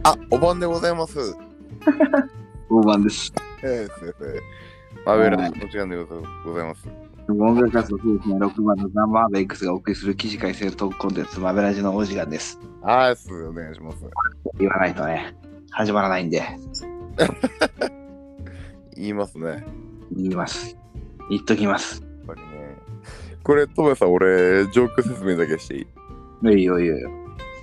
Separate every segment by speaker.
Speaker 1: あ、お晩でございます。
Speaker 2: 大番です。
Speaker 1: マーベラの時間でございます。
Speaker 2: 音楽活動そうですね、6番のザ・マーベリックスがお送りする記事改正トークコンテンツ、マーベラジのお時間です。
Speaker 1: はい、お願いします。
Speaker 2: 言わないとね、始まらないんで。
Speaker 1: 言いますね。
Speaker 2: 言います。言っときます。
Speaker 1: やっぱりね。これ、トメさん、俺、状況説明だけしていい？
Speaker 2: いいよいいよいいよ。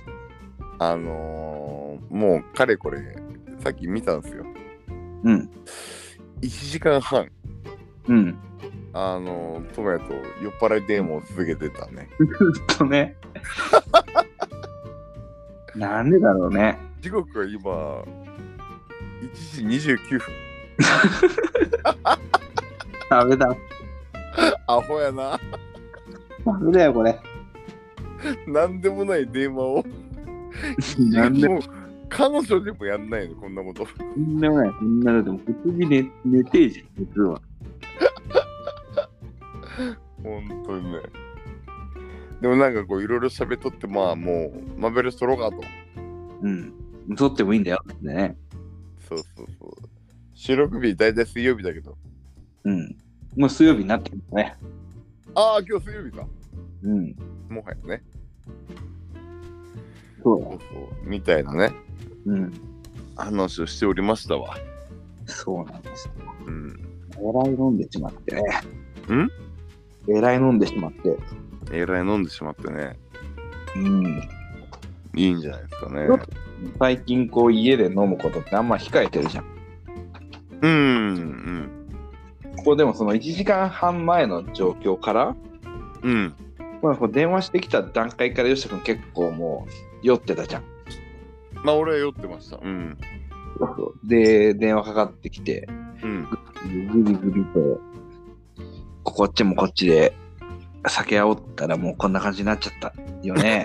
Speaker 1: もう、かれこれ、さっき見たんですよ。
Speaker 2: うん。
Speaker 1: 1時間半。
Speaker 2: うん。
Speaker 1: トメと酔っ払い電話を続けてたね。
Speaker 2: ずっとね。なんでだろうね。
Speaker 1: 時刻は今、1時29分。
Speaker 2: ダメだ。
Speaker 1: アホやな。
Speaker 2: ダメだよ、これ。
Speaker 1: なんでもない電話を。
Speaker 2: なんで
Speaker 1: もう彼女でもやんないの、こんなこと。
Speaker 2: そんなもない。そんなのでも、普通に寝てえじゃん、実は。
Speaker 1: 本当にね。でもなんかこういろいろ喋っとって、まあもうマーベル撮ろうかと。
Speaker 2: うん。撮ってもいいんだよってね。
Speaker 1: そうそうそう。収録日大体水曜日だけど。
Speaker 2: うん。もう水曜日になってるんだね。
Speaker 1: ああ、今日水曜日か。
Speaker 2: うん。
Speaker 1: もはやね。
Speaker 2: そうだ。
Speaker 1: そうそう。みたいなね。
Speaker 2: うん。
Speaker 1: 話をしておりましたわ。
Speaker 2: そうなんですよ。
Speaker 1: うん。
Speaker 2: えらい飲んでしまってね。
Speaker 1: ん？
Speaker 2: えらい飲んでしまって。
Speaker 1: えらい飲んでしまってね。
Speaker 2: うん。
Speaker 1: いいんじゃないですかね。
Speaker 2: 最近こう家で飲むことってあんま控えてるじゃん。
Speaker 1: うん。
Speaker 2: ここでもその1時間半前の状況から、
Speaker 1: うん。
Speaker 2: まあ、こう電話してきた段階から吉田君結構もう酔ってたじゃん。
Speaker 1: まあ俺は酔ってました。うん。
Speaker 2: で、電話かかってきて、
Speaker 1: うん。
Speaker 2: グビグビと、こっちもこっちで酒あおったらもうこんな感じになっちゃったよね。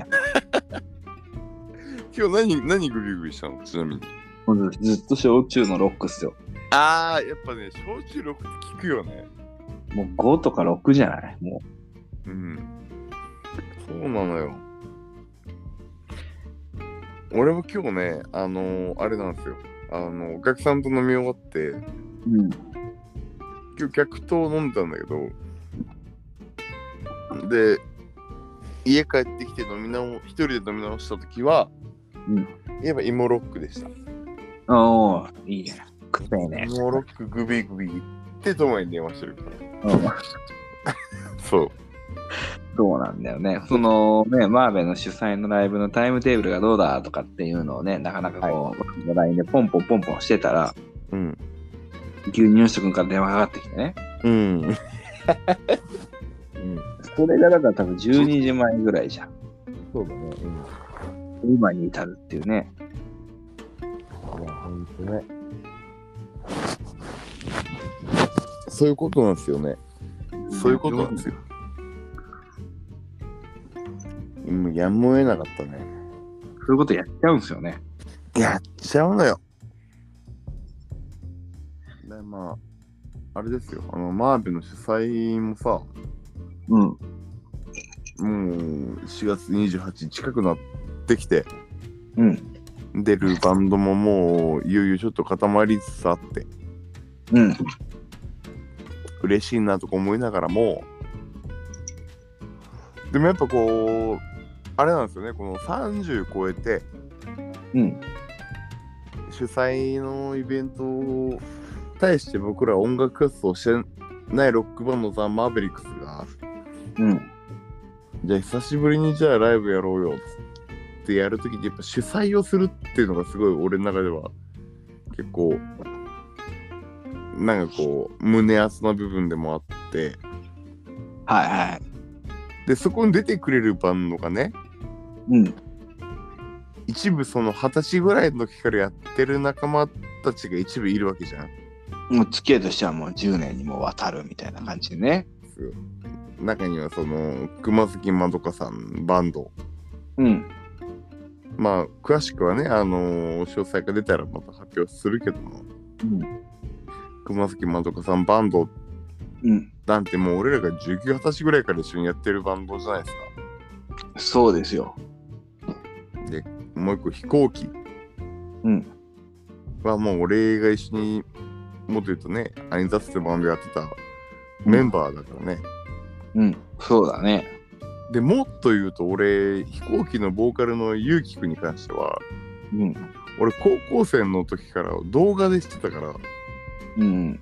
Speaker 1: 今日何グビグビしたの？ちなみに。
Speaker 2: もうずっと焼酎のロックっすよ。
Speaker 1: ああ、やっぱね、焼酎6って効くよね。
Speaker 2: もう5とか6じゃないも
Speaker 1: うん。そうなのよ。俺も今日ね、あれなんですよ。お客さんと飲み終わって、
Speaker 2: う。うん。
Speaker 1: 今日客と飲んだんだけど、で、家帰ってきて一人で飲み直したときは、
Speaker 2: うん。
Speaker 1: やっぱ芋ロックでした。
Speaker 2: おー、いいね。くせえね。
Speaker 1: 芋ロックグビグビって友に電話してるから。
Speaker 2: うん。
Speaker 1: そう。
Speaker 2: そうなんだよね。そのね、マーベの主催のライブのタイムテーブルがどうだとかっていうのをね、なかなかこう、LINE でポンポンしてたら、
Speaker 1: うん。
Speaker 2: 急に吉田君から電話かかってきてね。
Speaker 1: うん。うん。
Speaker 2: それがだから多分12時前ぐらいじゃん。
Speaker 1: そうだね。
Speaker 2: うん。今に至るっていうね。
Speaker 1: いや、ほんとね。そういうことなんですよね。そういうことなんですよ。もうやむを得なかったね。
Speaker 2: そういうことやっちゃうんですよね。
Speaker 1: やっちゃうのよ。で、まあ、あれですよ。マーベの主催もさ、
Speaker 2: うん。
Speaker 1: もう4月28日近くなってきて、
Speaker 2: うん。
Speaker 1: 出るバンドももういよいよちょっと固まりつつあって、
Speaker 2: うん。
Speaker 1: 嬉しいなとか思いながらも、でもやっぱこう、あれなんですよね、この30超えて、
Speaker 2: うん。
Speaker 1: 主催のイベントを対して僕ら音楽活動してないロックバンドザ・マーベリックスが、
Speaker 2: うん。
Speaker 1: じゃあ久しぶりにじゃあライブやろうよってやるときにやっぱ主催をするっていうのがすごい俺の中では結構なんかこう胸熱な部分でもあって、
Speaker 2: はいはい。
Speaker 1: でそこに出てくれるバンドがね、
Speaker 2: うん。
Speaker 1: 一部その20歳ぐらいの時からやってる仲間たちが一部いるわけじゃん。
Speaker 2: もう付き合いとしてはもう10年にもわたるみたいな感じでね。
Speaker 1: 中にはその熊崎まどかさんバンド、
Speaker 2: うん。
Speaker 1: まあ詳しくはね詳細が出たらまた発表するけども、
Speaker 2: うん。
Speaker 1: 熊崎まどかさんバンド
Speaker 2: うん。
Speaker 1: なんてもう俺らが19、20歳ぐらいから一緒にやってるバンドじゃないですか。
Speaker 2: そうですよ。
Speaker 1: で、もう一個飛行機。
Speaker 2: ううん
Speaker 1: はもう俺が一緒にもっと言うとね、アニザスってバンドやってたメンバーだからね。
Speaker 2: うんそうだね。
Speaker 1: でもっと言うと俺飛行機のボーカルのゆうきくんに関しては
Speaker 2: うん
Speaker 1: 俺高校生の時から動画で知ってたから。
Speaker 2: うん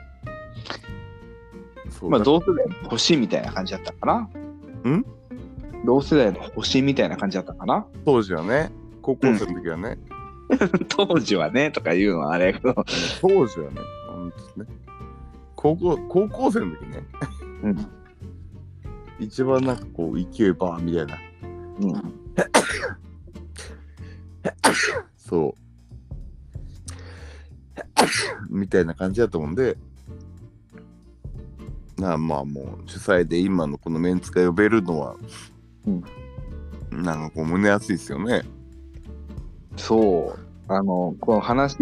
Speaker 1: そう
Speaker 2: まあ同世代の星みたいな感じだったかな。
Speaker 1: ん
Speaker 2: 同世代の星みたいな感じだったかな。
Speaker 1: 当時はね、高校生の時はね、
Speaker 2: 当時はねとか言うのはあれやけど。
Speaker 1: 当時はね、ほんとね、高校生の時ね、
Speaker 2: うん
Speaker 1: 一番なんかこう勢いバーみたいな、
Speaker 2: うん
Speaker 1: そうみたいな感じだと思うんで、まあもう主催で今のこのメンツが呼べるのは、なんかこう胸熱いですよね。
Speaker 2: そうこの話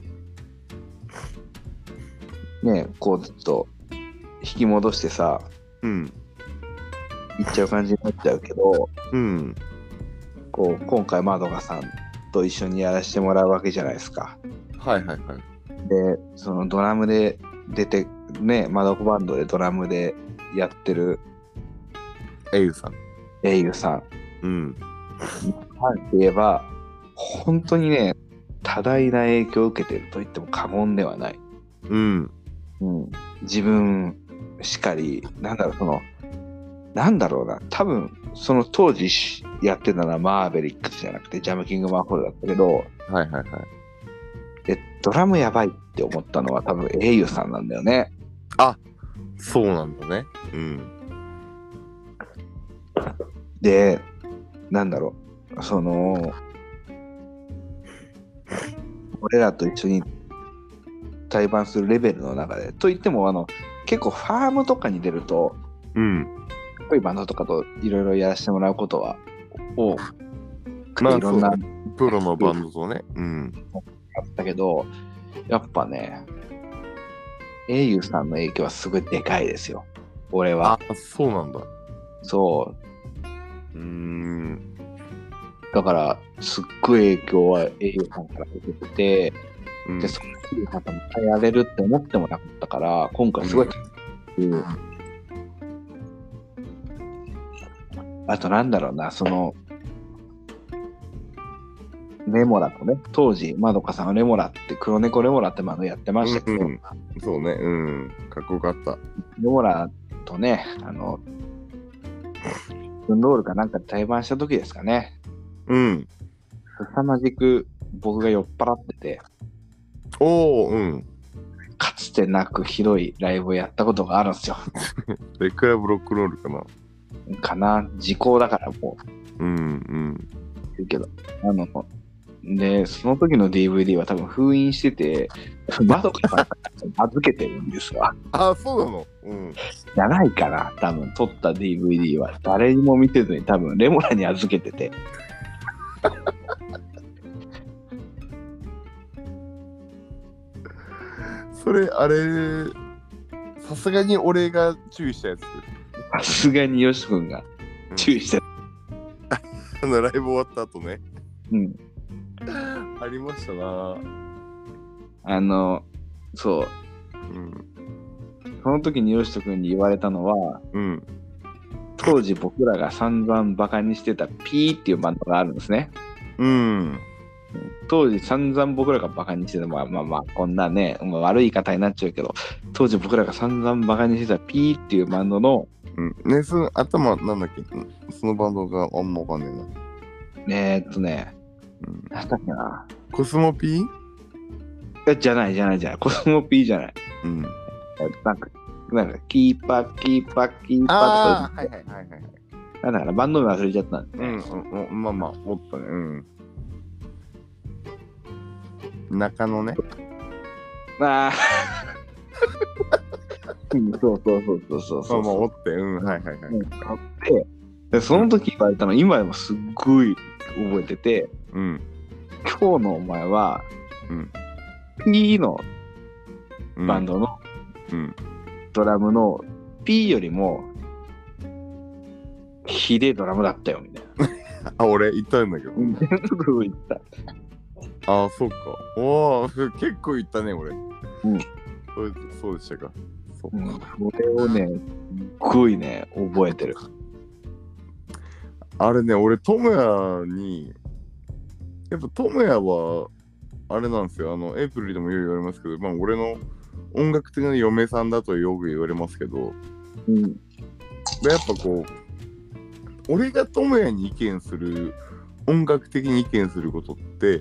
Speaker 2: ねこうずっと引き戻してさ
Speaker 1: うん
Speaker 2: 言っちゃう感じになっちゃうけど、
Speaker 1: うん
Speaker 2: こう今回まどかさんと一緒にやらせてもらうわけじゃないですか。
Speaker 1: はいはいはい。
Speaker 2: でそのドラムで出てねまどこバンドでドラムでやってる
Speaker 1: エイユさん。
Speaker 2: 英雄さん
Speaker 1: うん
Speaker 2: なんて言えば本当にね多大な影響を受けてると言っても過言ではない。
Speaker 1: うん
Speaker 2: 自分しかりなんだろうな多分その当時やってたのはマーベリックスじゃなくてジャムキングマンホールだったけど、
Speaker 1: はいはいはい。
Speaker 2: でドラムやばいって思ったのは多分英雄さんなんだよね。
Speaker 1: そうなんだね。うん
Speaker 2: で俺らと一緒に対バンするレベルの中でといっても結構ファームとかに出ると
Speaker 1: うん
Speaker 2: こういうバンドとかといろいろやらせてもらうことは多く
Speaker 1: まあ
Speaker 2: ていろんな
Speaker 1: そうプロのバンドとね。うん
Speaker 2: あったけどやっぱね英雄さんの影響はすごいでかいですよ俺は。
Speaker 1: そうなんだ。
Speaker 2: そう
Speaker 1: ー
Speaker 2: だからすっごい影響は英雄さんから受けてて、
Speaker 1: うん
Speaker 2: でその英雄さんとまたやれるって思ってもなかったから今回すごい、あとなんだろうなレモラとね当時まどかさんはレモラって黒猫レモラってバンドやってましたけど、
Speaker 1: そうね、かっこよかった。
Speaker 2: レモラとねウンロールかなんかで対バンした時ですかね。
Speaker 1: うん
Speaker 2: 凄まじく僕が酔っ払ってて
Speaker 1: お
Speaker 2: かつてなくひどいライブをやったことがあるんですよ。
Speaker 1: レクラブロックロールかな。
Speaker 2: 時効だからもう
Speaker 1: 言
Speaker 2: うけどでその時の DVD は多分封印しててまどかさんに預けてるんですわ。
Speaker 1: そうなの。
Speaker 2: じゃないかな多分撮った DVD は誰にも見せずに多分レモラに預けてて
Speaker 1: それあれさすがに俺が注意したやつ。
Speaker 2: さすがによし君が注意して
Speaker 1: ライブ終わった後ね。ありましたな。
Speaker 2: そうその時によしと君に言われたのは、当時僕らが散々バカにしてたピーっていうバンドがあるんですね。当時散々僕らがバカにしてたまあこんなね悪い言い方になっちゃうけど当時僕らが散々バカにしてたピーっていうバンドの
Speaker 1: ねその頭なんだっけそのバンドがあんまわかんねえな。
Speaker 2: なんだっけな
Speaker 1: コスモピー
Speaker 2: じゃないコスモピーじゃないなんかキーパーとか
Speaker 1: はい
Speaker 2: なんだかなバンド名忘れちゃったんで
Speaker 1: まあおったね。中野ね。
Speaker 2: そう
Speaker 1: おって
Speaker 2: でその時言われたの今でもすっごい覚えてて今日のお前はP のバンドのドラムの P よりもひでえドラムだったよみたいな。
Speaker 1: 俺言ったんだけど。
Speaker 2: 言った。
Speaker 1: ああ、そうか。おお、結構言ったね、俺。
Speaker 2: うん。
Speaker 1: そうでしたか。そうか。
Speaker 2: これをね、すっごいね、覚えてる。
Speaker 1: あれね、俺、トモヤに、やっぱトモヤは、あれなんですよ、エイプリルでもよく言われますけど、まあ、俺の音楽的な嫁さんだとよく言われますけど、
Speaker 2: うん。
Speaker 1: やっぱこう、俺がトモヤに意見する、音楽的に意見することって、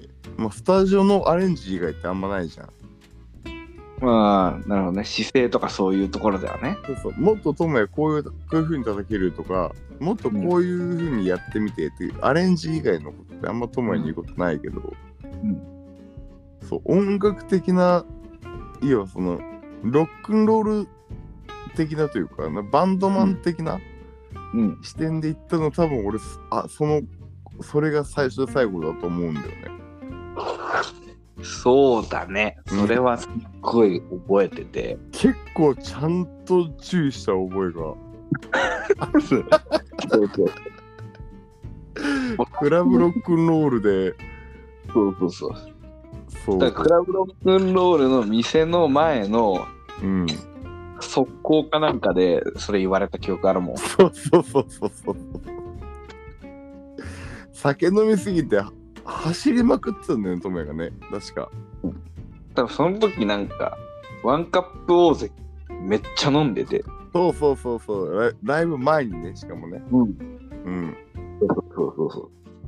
Speaker 1: まあ、スタジオのアレンジ以外ってあんまないじゃん。
Speaker 2: まあ、なるほどね。姿勢とかそういうところではね。
Speaker 1: そうそう、もっとトモヤこういう風に叩けるとか、もっとこういう風にやってみてっていう、アレンジ以外のことってあんまトモヤに言うことないけど、そう、音楽的な、いわばその、ロックンロール的なというか、バンドマン的な視点で言ったの、多分俺、それが最初で最後だと思うんだよね。
Speaker 2: そうだね。それはすっごい覚えてて。
Speaker 1: 結構ちゃんと注意した覚えが。
Speaker 2: そう
Speaker 1: クラブロックンロールで。
Speaker 2: そう。だからクラブロックンロールの店の前の側溝かなんかでそれ言われた記憶あるもん。
Speaker 1: そう。酒飲みすぎて走りまくってたんだよね、トモヤがね、確か。
Speaker 2: 多分その時なんかワンカップ大関めっちゃ飲んでて。
Speaker 1: そう。ライブ前にね、しかもね。そう。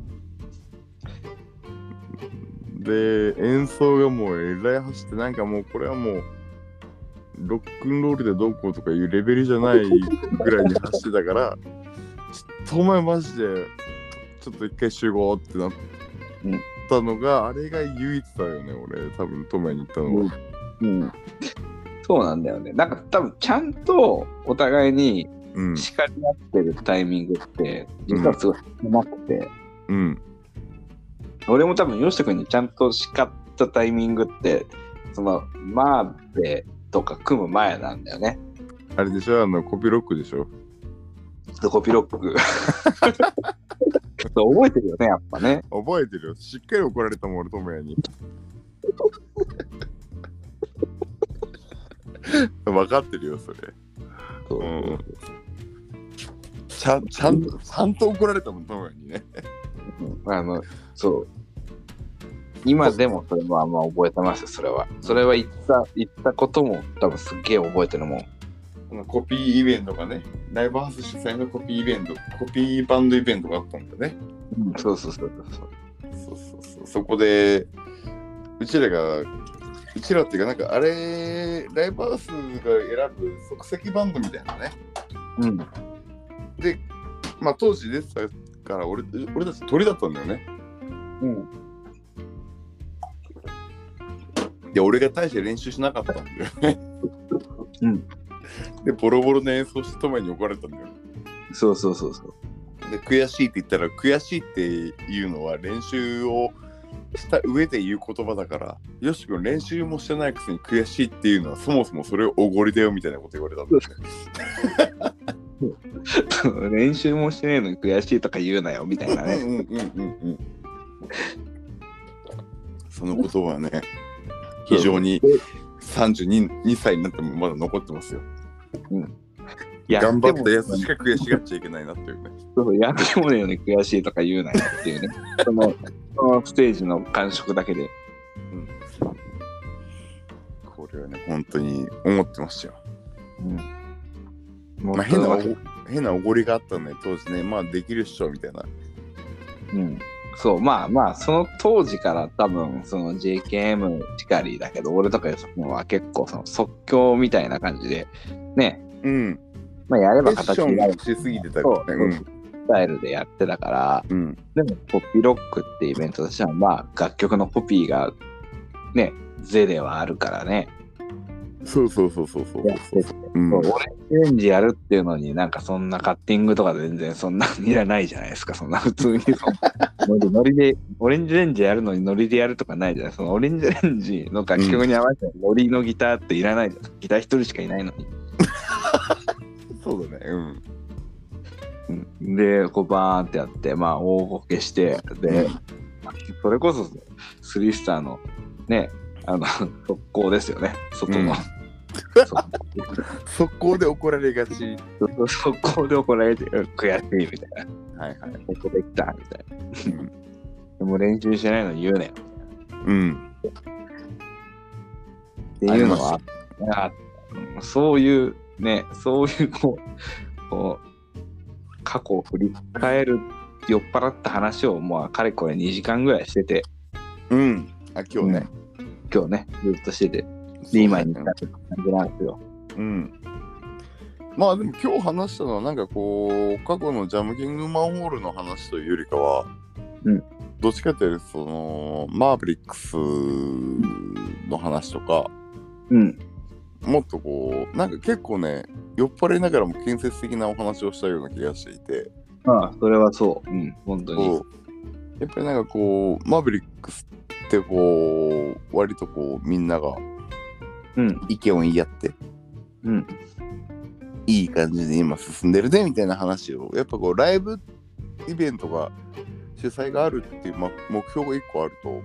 Speaker 1: で、演奏がもうえらい走って、なんかもうこれはもうロックンロールでどうこうとかいうレベルじゃないぐらいに走ってたから、トモヤマジでちょっと一回集合ってなったのが、あれが唯一だよね、俺多分トモヤに言ったのは。
Speaker 2: そうなんだよね。なんか多分ちゃんとお互いに叱り合ってるタイミングって実はすごい少なくて、俺も多分ヨシト君にちゃんと叱ったタイミングってそのマーベとか組む前なんだよね。
Speaker 1: あれでしょ、コピーロックでしょ。
Speaker 2: コピーロック覚えてるよね、やっぱね。
Speaker 1: 覚えてるよ。しっかり怒られたもん、俺トモヤに。分かってるよ、それ。ちゃんと怒られたもん、トモヤにね。
Speaker 2: そう。今でもそれもあんま覚えてますよ、それは。それは言ったことも多分すっげえ覚えてるもん。
Speaker 1: コピーイベントがね、ライブハウス主催のコピーイベント、コピーバンドイベントがあったんだね。
Speaker 2: そう。
Speaker 1: そこで、うちらっていうか、なんかあれ、ライブハウスが選ぶ即席バンドみたいなね。で、まあ当時出てたから俺たち鳥だったんだよね。で、俺が大して練習しなかったんだよね。で、ボロボロの演奏してトモヤに怒られたんだよ。
Speaker 2: そう。
Speaker 1: で、悔しいって言ったら、悔しいっていうのは練習をした上で言う言葉だから、よし君練習もしてないくせに悔しいっていうのはそもそもそれをおごりだよみたいなこと言われたんだよね。
Speaker 2: 練習もしてねえのに悔しいとか言うなよみたいなね。
Speaker 1: その言葉はね、非常に32歳になってもまだ残ってますよ。頑張ったやつしか悔しがっちゃいけないなっていうね。
Speaker 2: やってもねえのに悔しいとか言うなよっていうね。そのステージの感触だけで。
Speaker 1: これはね、本当に思ってましたよ。まあ、変なおごりがあったんだよ、当時ね。まあ、できるっしょみたいな。
Speaker 2: そう、まあ、その当時から多分、その JKM しかりだけど、俺とかヨシ君は結構その即興みたいな感じで、ね。まあ、やれば形になる。
Speaker 1: しすぎてたからね。
Speaker 2: スタイルでやってたから、でも、コピーロックってイベントとしては、まあ、楽曲のコピーが、ね、ゼではあるからね。
Speaker 1: そう。
Speaker 2: オレンジレンジやるっていうのになんかそんなカッティングとか全然そんないらないじゃないですか。そんな普通にノリでオレンジレンジやるのにノリでやるとかないじゃない。そのオレンジレンジの楽曲に合わせてノリのギターっていらないじゃん。ギター一人しかいないのに。
Speaker 1: そうだね。
Speaker 2: でこうバーンってやって、まあ大ごけしてで、 それこそスリースターのね、速攻ですよね、外の。
Speaker 1: 速攻で怒られがち。
Speaker 2: 速攻で怒られて、悔しいみたい
Speaker 1: な。はいはい。
Speaker 2: ここできたみたいな。でも練習してないのに言うねよ。
Speaker 1: うん。
Speaker 2: っていうのは、そういうね、そういうこう過去を振り返る酔っ払った話をもうかれこれ2時間ぐらいしてて。
Speaker 1: うん。今日ね。
Speaker 2: 今日ね、ずっとしてて。で、今に至る感じなんですよ。
Speaker 1: うん。まあでも今日話したのはなんかこう過去のジャムキングマンホールの話というよりかは、どっちかというとそのマーヴェリックスの話とか、もっとこうなんか結構ね酔っ払いながらも建設的なお話をしたような気がしていて、
Speaker 2: それはそう、本当に
Speaker 1: やっぱりなんかこうマーヴェリックスってこう割とこうみんなが意見を言い合って、いい感じで今進んでるねみたいな話をやっぱこうライブイベントが主催があるっていう、目標が1個あると、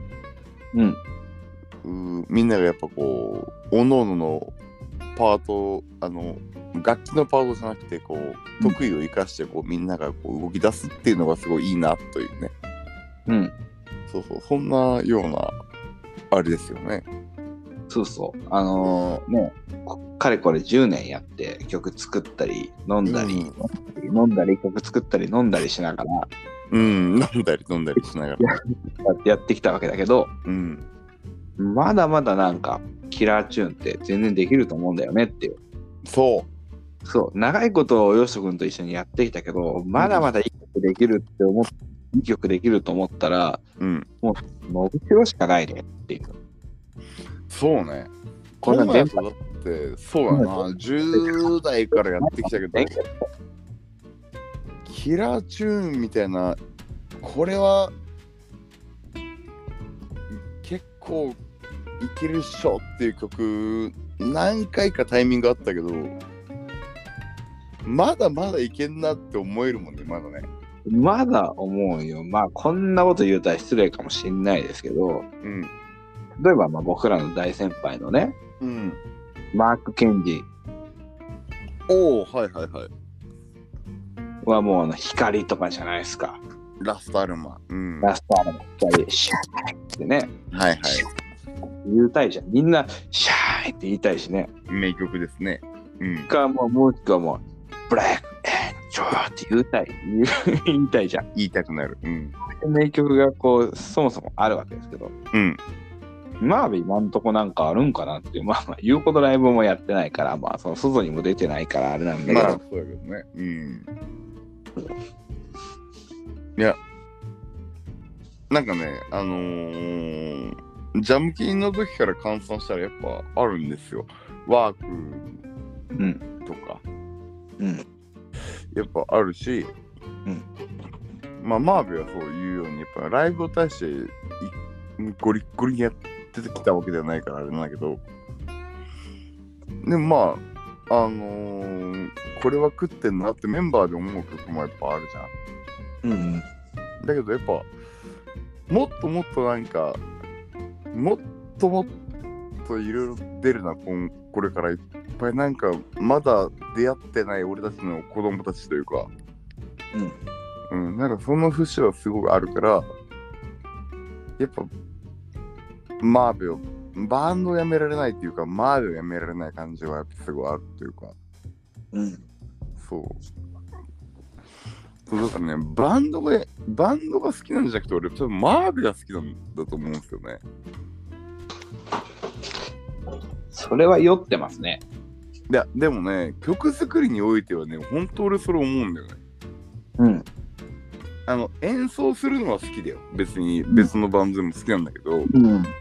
Speaker 1: みんながやっぱこう各々のパート楽器のパートじゃなくてこう得意を生かしてこうみんながこう動き出すっていうのがすごいいいなというね。そうそんなようなあれですよね。
Speaker 2: そうそうね、かれこれ10年やって曲作ったり飲んだり、飲んだり曲作ったり飲んだりしながら
Speaker 1: 飲んだりしながら
Speaker 2: やってきたわけだけど、まだまだなんかキラーチューンって全然できると思うんだよねっていう。そう長いことをヨシト君と一緒にやってきたけど、まだまだいい曲できると思ったら、もう伸びしろしかないねっていう。
Speaker 1: そうね。こんなやつだってそうやな、10代からやってきたけどキラーチューンみたいなこれは結構いけるっしょっていう曲何回かタイミングあったけどまだまだいけんなって思えるもんね。
Speaker 2: まだ思うよ。こんなこと言うたら失礼かもしれないですけど、例えば僕らの大先輩のね、マーク・ケンジはもう光とかじゃないですか。
Speaker 1: ラストアルマ、
Speaker 2: ラストアルマ光シャーイってね、言いたいじゃん。みんなシャーイって言いたいしね。
Speaker 1: 名曲ですね。
Speaker 2: もう一個はもうブラックエンジョーって言いたいじゃん。
Speaker 1: 言いたくなる。
Speaker 2: 名曲がこうそもそもあるわけですけど、今んとこなんかあるんかなっていう。言うほどライブもやってないから、その外にも出てないからあれなんだけど。
Speaker 1: そうだけどね。いや、なんかね、ジャムキンの時から換算したらやっぱあるんですよ。ワークとか。やっぱあるし、マーベはそういうように、やっぱライブを対してゴリッゴリにやってきたわけではないからあれなんだけど、でもこれは食ってんなってメンバーで思う曲もやっぱあるじゃん。だけどやっぱもっともっとなんかもっともっといろいろ出るなこれからいっぱいなんかまだ出会ってない俺たちの子供たちというか、なんかその節はすごくあるから、やっぱマーベをバンドをやめられないっていうかマーベをやめられない感じはやっぱすごいあるっていうか、そうだからね、バンドが好きなんじゃなくて俺多分マーベが好きなんだと思うんですよね。
Speaker 2: それは酔ってますね。
Speaker 1: いやでもね、曲作りにおいてはね、本当俺それ思うんだよね。演奏するのは好きだよ。別に別のバンドでも好きなんだけど、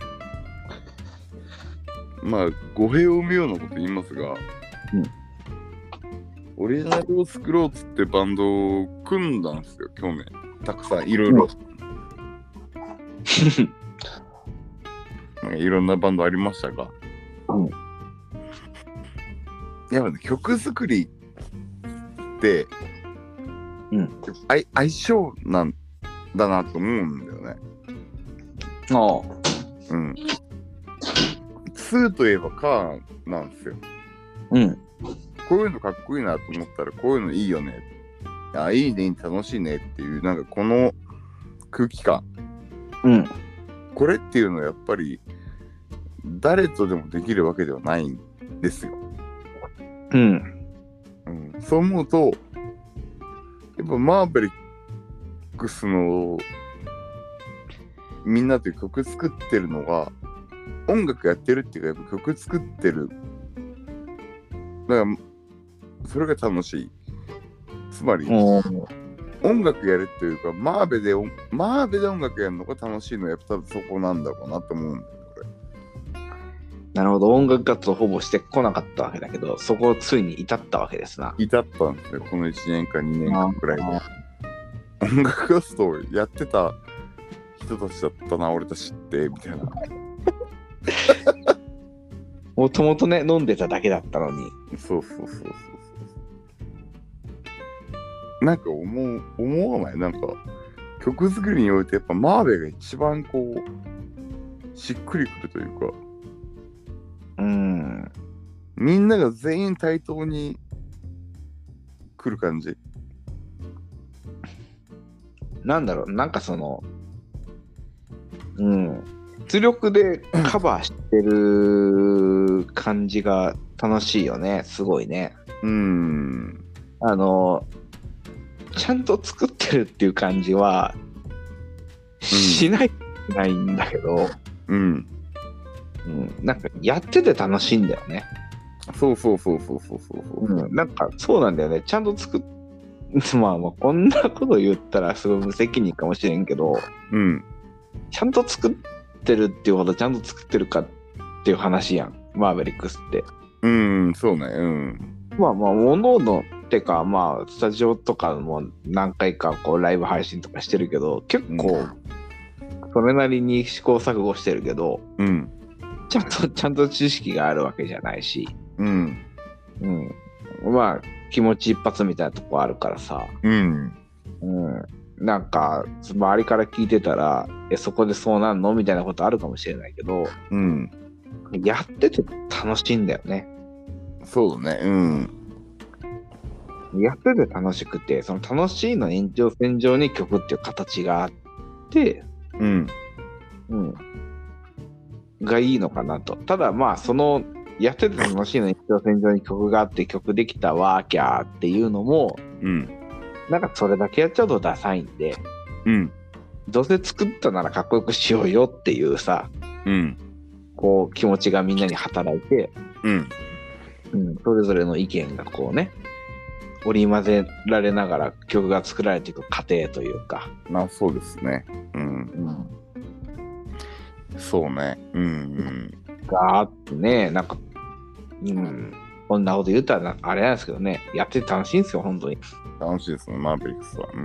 Speaker 1: 語弊を生むようなこと言いますが、オリジナルを作ろうっつってバンドを組んだんですよ、去年。たくさんいろいろ。いろんなバンドありましたが。やっぱね、曲作りって、相性なんだなと思うんだよね。
Speaker 2: ああ。
Speaker 1: うん。2といえばカーなんですよ。
Speaker 2: うん。
Speaker 1: こういうのかっこいいなと思ったら、こういうのいいよね。あ、いいね、楽しいねっていう、なんかこの空気感。
Speaker 2: うん。
Speaker 1: これっていうのはやっぱり、誰とでもできるわけではないんですよ。
Speaker 2: うん。
Speaker 1: うん、そう思うと、やっぱマーベリックスのみんなで曲作ってるのが、音楽やってるっていうか、やっぱ曲作ってる。だから、それが楽しい。つまり、音楽やるっていうか、マーベで音楽やるのが楽しいのは、やっぱ多分そこなんだろうなと思うんだよね、これ。
Speaker 2: なるほど、音楽活動ほぼしてこなかったわけだけど、そこをついに至ったわけですな。
Speaker 1: 至ったんですよ、この1年か2年間くらいで。音楽活動やってた人たちだったな、俺たちって、みたいな。
Speaker 2: もともとね、飲んでただけだったのに。
Speaker 1: そう。なんか思わない？なんか、曲作りにおいてやっぱマーベが一番こう、しっくりくるというか、みんなが全員対等に来る感じ。
Speaker 2: なんだろう、なんかその、出力でカバーしてる感じが楽しいよね、すごいね。ちゃんと作ってるっていう感じはしないんだけど、なんかやってて楽しいんだよね。
Speaker 1: そう。
Speaker 2: なんかそうなんだよね。ちゃんとまあこんなこと言ったらすごい無責任かもしれんけど、ちゃんと作ってるっていうほどちゃんと作ってるかっていう話やん、マーベリックスって。
Speaker 1: そうね。
Speaker 2: まあおのおのってか、まあスタジオとかも何回かこうライブ配信とかしてるけど、結構それなりに試行錯誤してるけど、ちゃんと知識があるわけじゃないし、まあ気持ち一発みたいなとこあるからさ、なんか周りから聞いてたらそこでそうなんのみたいなことあるかもしれないけど、やってて楽しいんだよね。
Speaker 1: そうだね。
Speaker 2: やってて楽しくて、その楽しいの延長線上に曲っていう形があって、がいいのかなと。ただまあそのやってて楽しいの延長線上に曲があって曲できたワーキャーっていうのも、なんかそれだけやっちゃうとダサいんで、どうせ作ったならかっこよくしようよっていうさ、こう気持ちがみんなに働いて、それぞれの意見がこうね、織り交ぜられながら曲が作られていく過程というか。
Speaker 1: まあそうですね。そうね。
Speaker 2: があってね、なんか、こんなこと言うたらあれなんですけどね、やってて楽しいんですよ、本当に。
Speaker 1: 楽しいですね、マーベリックスは。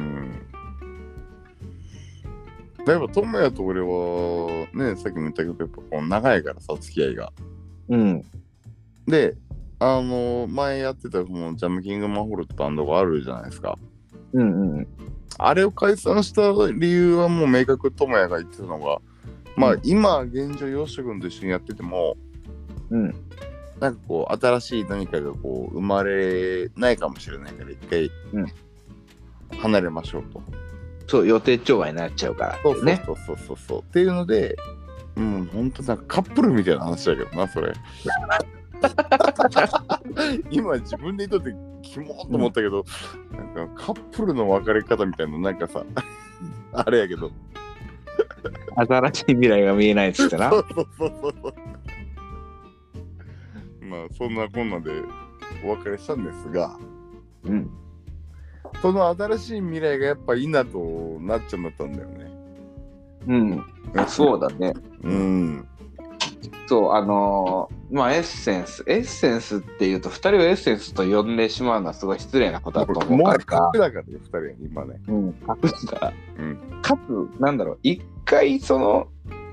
Speaker 1: 例えば、トモヤと俺は、ね、さっきも言ったけど、やっぱこう長いからさ、付き合いが。で、前やってたこのジャムキングマンホールってバンドがあるじゃないですか。あれを解散した理由はもう明確、トモヤが言ってたのが、まあ今現状ヨッシュ君と一緒にやってても、なんかこう新しい何かがこう生まれないかもしれないから一回離れましょうと。
Speaker 2: そう、予定調和になっちゃうからね。
Speaker 1: そうっていうので、本当なんかカップルみたいな話だけどな、それ。今自分で言っとってキモーと思ったけど、なんかカップルの別れ方みたいな、なんかさあれやけど、
Speaker 2: 新しい未来が見えないっつってな。
Speaker 1: そうまあそんなこんなでお別れしたんですが、その新しい未来がやっぱいいなとなっちゃうんだったんだよね。
Speaker 2: そうだね。そう、まあエッセンスっていうと2人をエッセンスと呼んでしまうのはすごい失礼なことだと思うから。
Speaker 1: もうだからね、2人は今ね。
Speaker 2: 隠すから。かつ、なんだろう、一回その、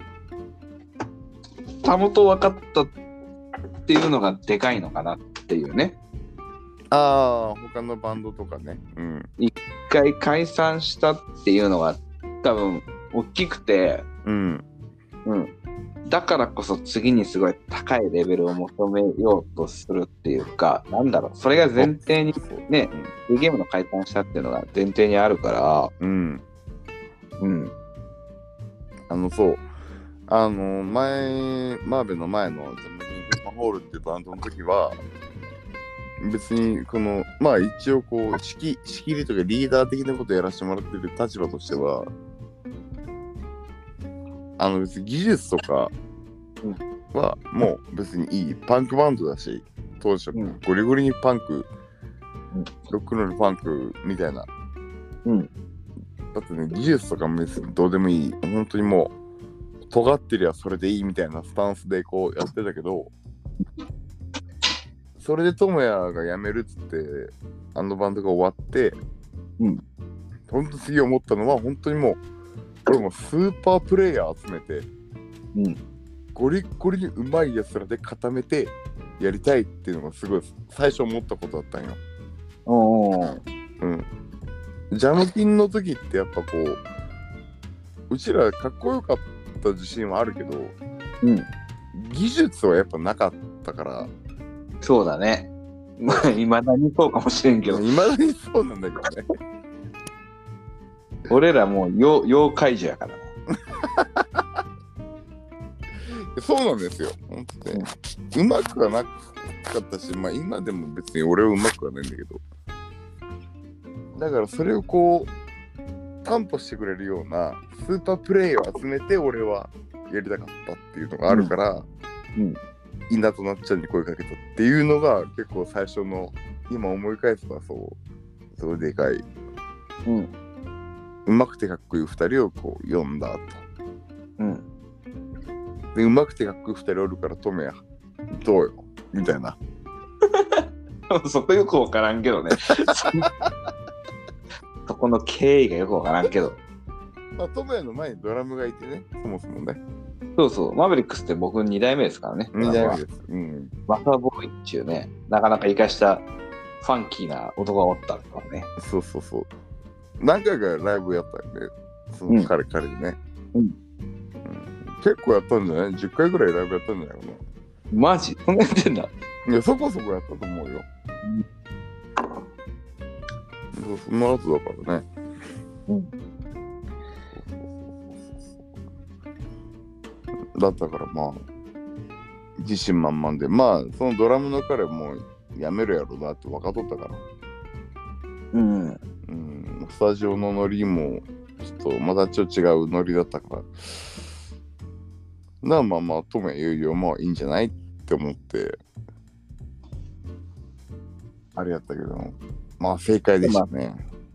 Speaker 2: たもと分かったっていうのがでかいのかなっていうね。
Speaker 1: 他のバンドとかね。
Speaker 2: 一回解散したっていうのが多分大きくて、 うん。だからこそ次にすごい高いレベルを求めようとするっていうか、なんだろう、それが前提にね、ゲームの解体したっていうのが前提にあるから、うん。
Speaker 1: うん。そう。マーベの前のジャムキングマホールっていうバンドの時は、別にまあ一応こう仕切りとかリーダー的なことやらせてもらってる立場としては、別に技術とかはもう別にいいパンクバンドだし、当時はゴリゴリにパンク、ロックンロールパンクみたいな、だってね、技術とかも別にどうでもいい、本当にもう尖ってりゃそれでいいみたいなスタンスでこうやってたけど、それで智也が辞めるっつってバンドが終わって、本当次思ったのは、本当にもうこれもスーパープレイヤー集めて、ゴリゴリにうまいやつらで固めてやりたいっていうのがすごい最初思ったことだったんよ。ジャムキンの時ってやっぱこう、うちらかっこよかった自信はあるけど、技術はやっぱなかったから。
Speaker 2: そうだね。まあいまだにそうかもしれんけど。
Speaker 1: いまだにそうなんだけどね。
Speaker 2: 俺らもう妖怪獣やからね。
Speaker 1: そうなんですよ。本当ね。うまくはなかったし、まあ今でも別に俺はうまくはないんだけど。だからそれをこう担保してくれるようなスーパープレイを集めて俺はやりたかったっていうのがあるから、稲となっちゃんに声かけたっていうのが結構最初の、今思い返せばすごいでかい、うまくてかっこいい2人をこう呼んだと、でうまくてかっこいい2人おるからトメやどうよみたいな
Speaker 2: そこよくわからんけどね。そこの経緯がよくわからんけど。
Speaker 1: まあ、トメヤの前にドラムがいてね、そもそもね。
Speaker 2: そうそう、マーベリックスって僕2代目ですからね。
Speaker 1: 2代目です。
Speaker 2: マサボーイっていうね、なかなか生かしたファンキーな男がおったからね。
Speaker 1: そうそうそう。何回かライブやったよね、その彼でね。結構やったんじゃない ?10 回ぐらいライブやったんじゃないかな。
Speaker 2: マジそんなやってんだ。
Speaker 1: いや、そこそこやったと思うよ。その後だからね。だったからまあ自信満々で、まあそのドラムの彼も辞めるやろなって分かっとったから。スタジオのノリもちょっとまたちょっと違うノリだったから。まあトメ言うよ、まあいいんじゃないって思ってあれやったけど、まあ正解でしたね。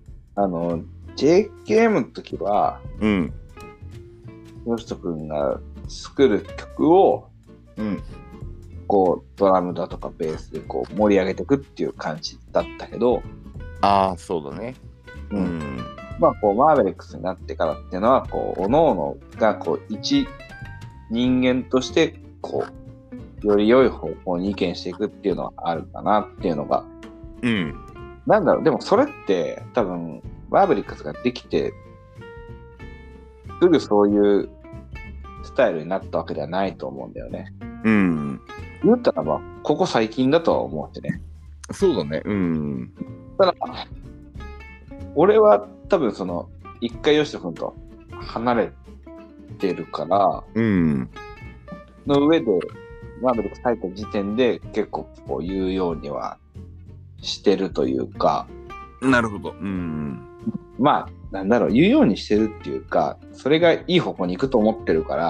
Speaker 2: JKM の時はよしとくんが作る曲をこうドラムだとかベースでこう盛り上げていくっていう感じだったけど、
Speaker 1: そうだね。
Speaker 2: まあこうマーベリックスになってからっていうのはこう各々がこう一人間としてこうより良い方向に意見していくっていうのはあるかなっていうのが、なんだろう、でもそれって多分マーベリックスができてすぐそういうスタイルになったわけではないと思うんだよね。言ったらばここ最近だとは思ってね。
Speaker 1: そうだね。
Speaker 2: ただ俺は多分その一回よしとくんと離れてるから、の上でマーベリックス入った時点で結構こう言うようにはしてるというか。
Speaker 1: なるほど。
Speaker 2: まあなんだろう、言うようにしてるっていうか、それがいい方向に行くと思ってるから、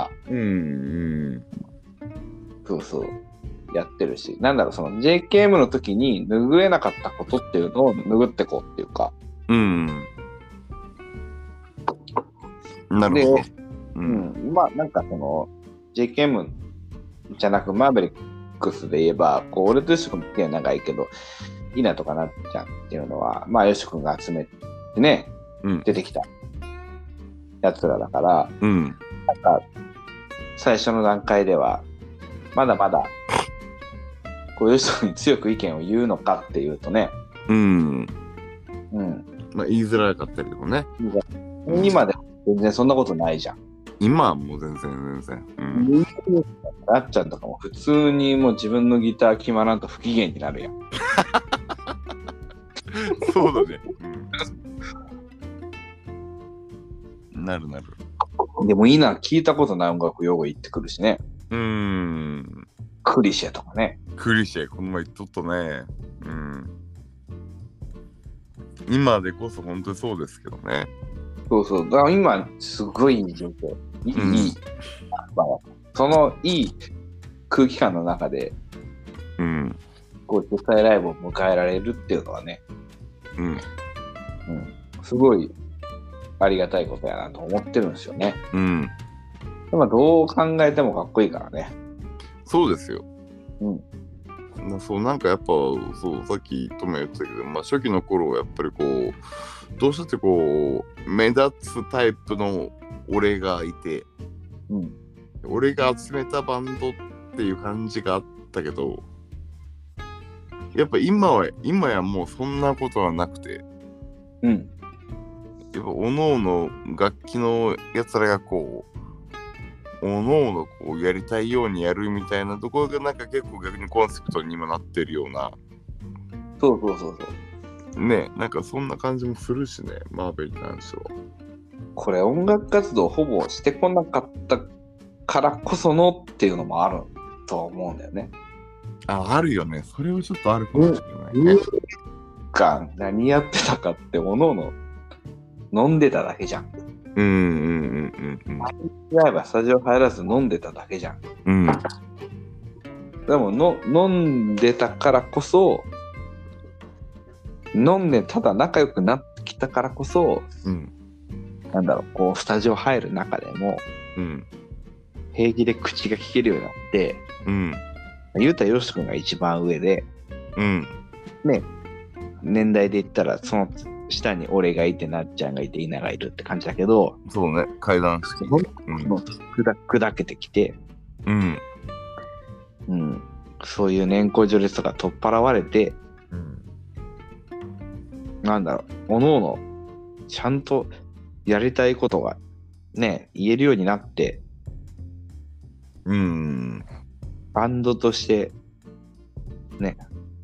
Speaker 2: そうそうやってるし、なんだろう、その JKM の時に拭えなかったことっていうのを拭ってこうっていうか。
Speaker 1: なるほど。
Speaker 2: まあなんかその JKM じゃなくマーベリックスで言えば、こう俺とよし君って長いけど、いなとかなっちゃんっていうのは、まあよし君が集めてね、出てきたやつらだから、なんか最初の段階ではまだまだこうよし君に強く意見を言うのかっていうとね、
Speaker 1: まあ言いづらかったりとかね。
Speaker 2: 今で全然そんなことないじゃん。
Speaker 1: 今はもう全然。うん。
Speaker 2: なっちゃんとかも普通にもう自分のギター決まらんと不機嫌になるやん。
Speaker 1: そうだね。うん。なる。
Speaker 2: でもいいな、聞いたことない音楽用語言ってくるしね。クリシェとかね。
Speaker 1: クリシェ、この前言っとったね。うん。今でこそ本当にそうですけどね。
Speaker 2: そう。だから今、すごいいい状況。いい。そのいい空気感の中で、こう、実際ライブを迎えられるっていうのはね、すごいありがたいことやなと思ってるんですよね。でもどう考えてもかっこいいからね。
Speaker 1: そうですよ。そうなんかやっぱそうさっきとも言ってたけど、初期の頃はやっぱりこうどうしたってこう目立つタイプの俺がいて、俺が集めたバンドっていう感じがあったけど、やっぱ今やもうそんなことはなくて、やっぱおのおの楽器のやつらがこうおのおのこうやりたいようにやるみたいなところがなんか結構逆にコンセプトにもなってるような。そうね、なんかそんな感じもするしね、マーベルに関しては。
Speaker 2: これ音楽活動ほぼしてこなかったからこそのっていうのもあると思うんだよね。
Speaker 1: あるよね。それはちょっとあるかもしれないね。
Speaker 2: 何やってたかっておのおの飲んでただけじゃん。やばスタジオ入らず飲んでただけじゃん。でも飲んでたからこそ、飲んでただ仲良くなってきたからこそ、なんだろう、こうスタジオ入る中でも、平気で口が聞けるようになって、ゆうたよし君が一番上で、ね、年代で言ったらその下に俺がいてなっちゃんがいて稲がいるって感じだけど、
Speaker 1: そうね、階段式、
Speaker 2: 砕けてきて、そういう年功序列とか取っ払われて、なんだろう、おのおのちゃんとやりたいことがね言えるようになって、バンドとしてね、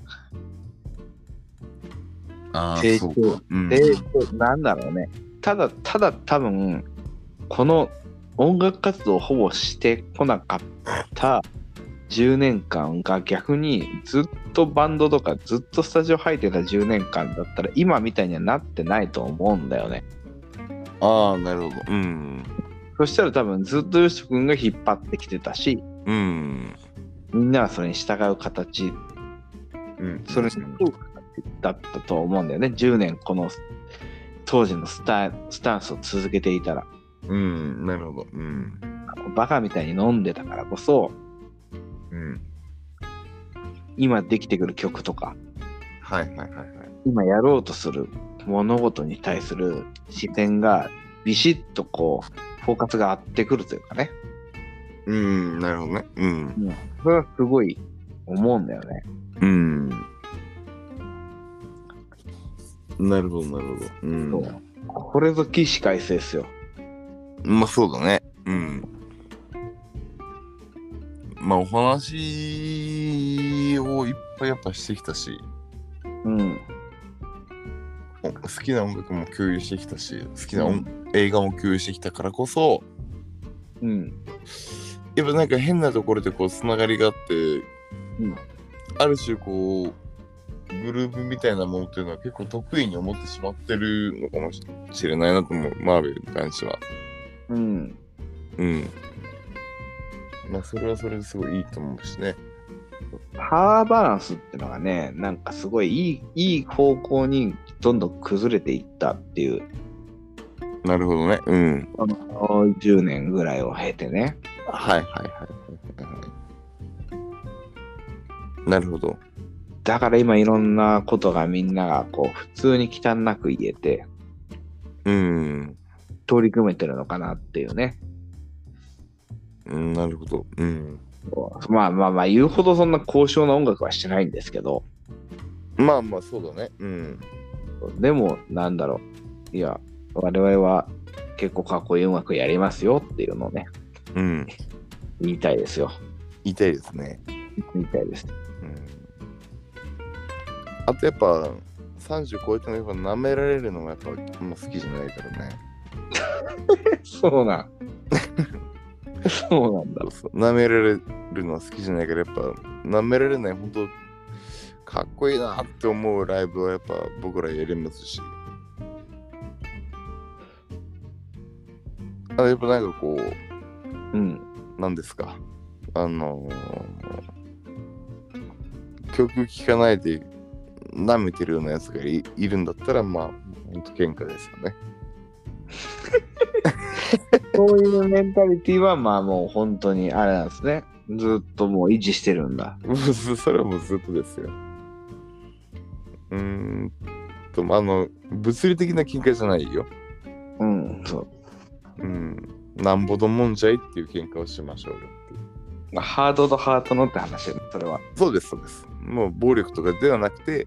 Speaker 2: 成長、なんだろうね。ただ多分この音楽活動をほぼしてこなかった10年間が逆にずっとバンドとかずっとスタジオ入ってた10年間だったら今みたいにはなってないと思うんだよね。
Speaker 1: なるほど。
Speaker 2: そしたら多分ずっとよし君が引っ張ってきてたし、みんなはそれに従う形、それにだったと思うんだよね。10年この当時のスタンスを続けていたら。
Speaker 1: なるほど。
Speaker 2: バカみたいに飲んでたからこそ、今できてくる曲とか、今やろうとする物事に対する視点がビシッとこうフォーカスが合ってくるというかね。
Speaker 1: なるほどね。
Speaker 2: それはすごい思うんだよね。
Speaker 1: なるほど。
Speaker 2: これぞ起死回生ですよ。
Speaker 1: そうだね。お話をいっぱいやっぱしてきたし、好きな音楽も共有してきたし、好きな映画も共有してきたからこそ、やっぱなんか変なところでこうつながりがあって、ある種こうグループみたいなものっていうのは結構得意に思ってしまってるのかもしれないなと思う、マーベルに関しては。それはそれですごいいいと思うしね。
Speaker 2: パワーバランスってのがね、なんかすごいいい方向にどんどん崩れていったっていう。
Speaker 1: なるほどね。
Speaker 2: 10年ぐらいを経てね。
Speaker 1: なるほど。
Speaker 2: だから今いろんなことがみんながこう普通に忌憚なく言えて、取り組めてるのかなっていうね。
Speaker 1: なるほど。
Speaker 2: 言うほどそんな高尚な音楽はしてないんですけど。
Speaker 1: そうだね。
Speaker 2: でもなんだろう。いや、我々は結構かっこいい音楽やりますよっていうのをね、
Speaker 1: うん、
Speaker 2: 言いたいですよ。
Speaker 1: 言いたいですね。
Speaker 2: 言いたいです。
Speaker 1: うん、あとやっぱ30超えてもやっぱ舐められるのがやっぱあんま好きじゃないからね。
Speaker 2: そうなん。そうなんだ。
Speaker 1: そう舐められるのは好きじゃないからやっぱ舐められない本当かっこいいなって思うライブはやっぱ僕らやりますし。やっぱなんかこう、なんですか。曲聴かないで舐めてるようなやつが いるんだったらまあほんと喧嘩ですよね。
Speaker 2: そういうメンタリティはまあもう本当にあれなんですね。ずっともう維持してるんだ。
Speaker 1: それはもうずっとですよ。物理的な喧嘩じゃないよ。
Speaker 2: そう。
Speaker 1: なんぼのもんじゃいっていう喧嘩をしましょうよっていう。
Speaker 2: ハードとハートのって話ね、それは。
Speaker 1: そうです、そうです。もう暴力とかではなくて、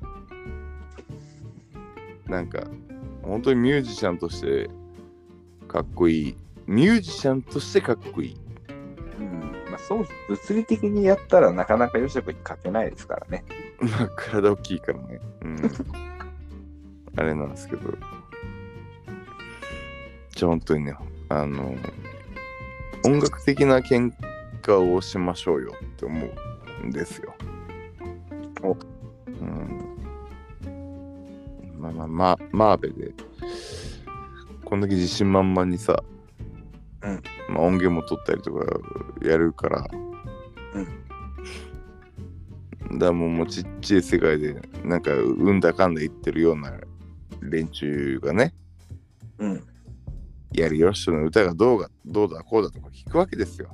Speaker 1: なんか、本当にミュージシャンとしてかっこいい。ミュージシャンとしてかっこいい。
Speaker 2: まあそう、物理的にやったらなかなか吉田君に勝てないですからね。
Speaker 1: まあ体大きいからね。あれなんですけど。じゃあ本当にね、音楽的な喧嘩をしましょうよって思うんですよ。マーベでこんだけ自信満々にさ、音源も取ったりとかやるから、だからもうちっちゃい世界でなんかうんだかんだ言ってるような連中がね、やるよっしょの歌がどうだこうだとか聞くわけですよ。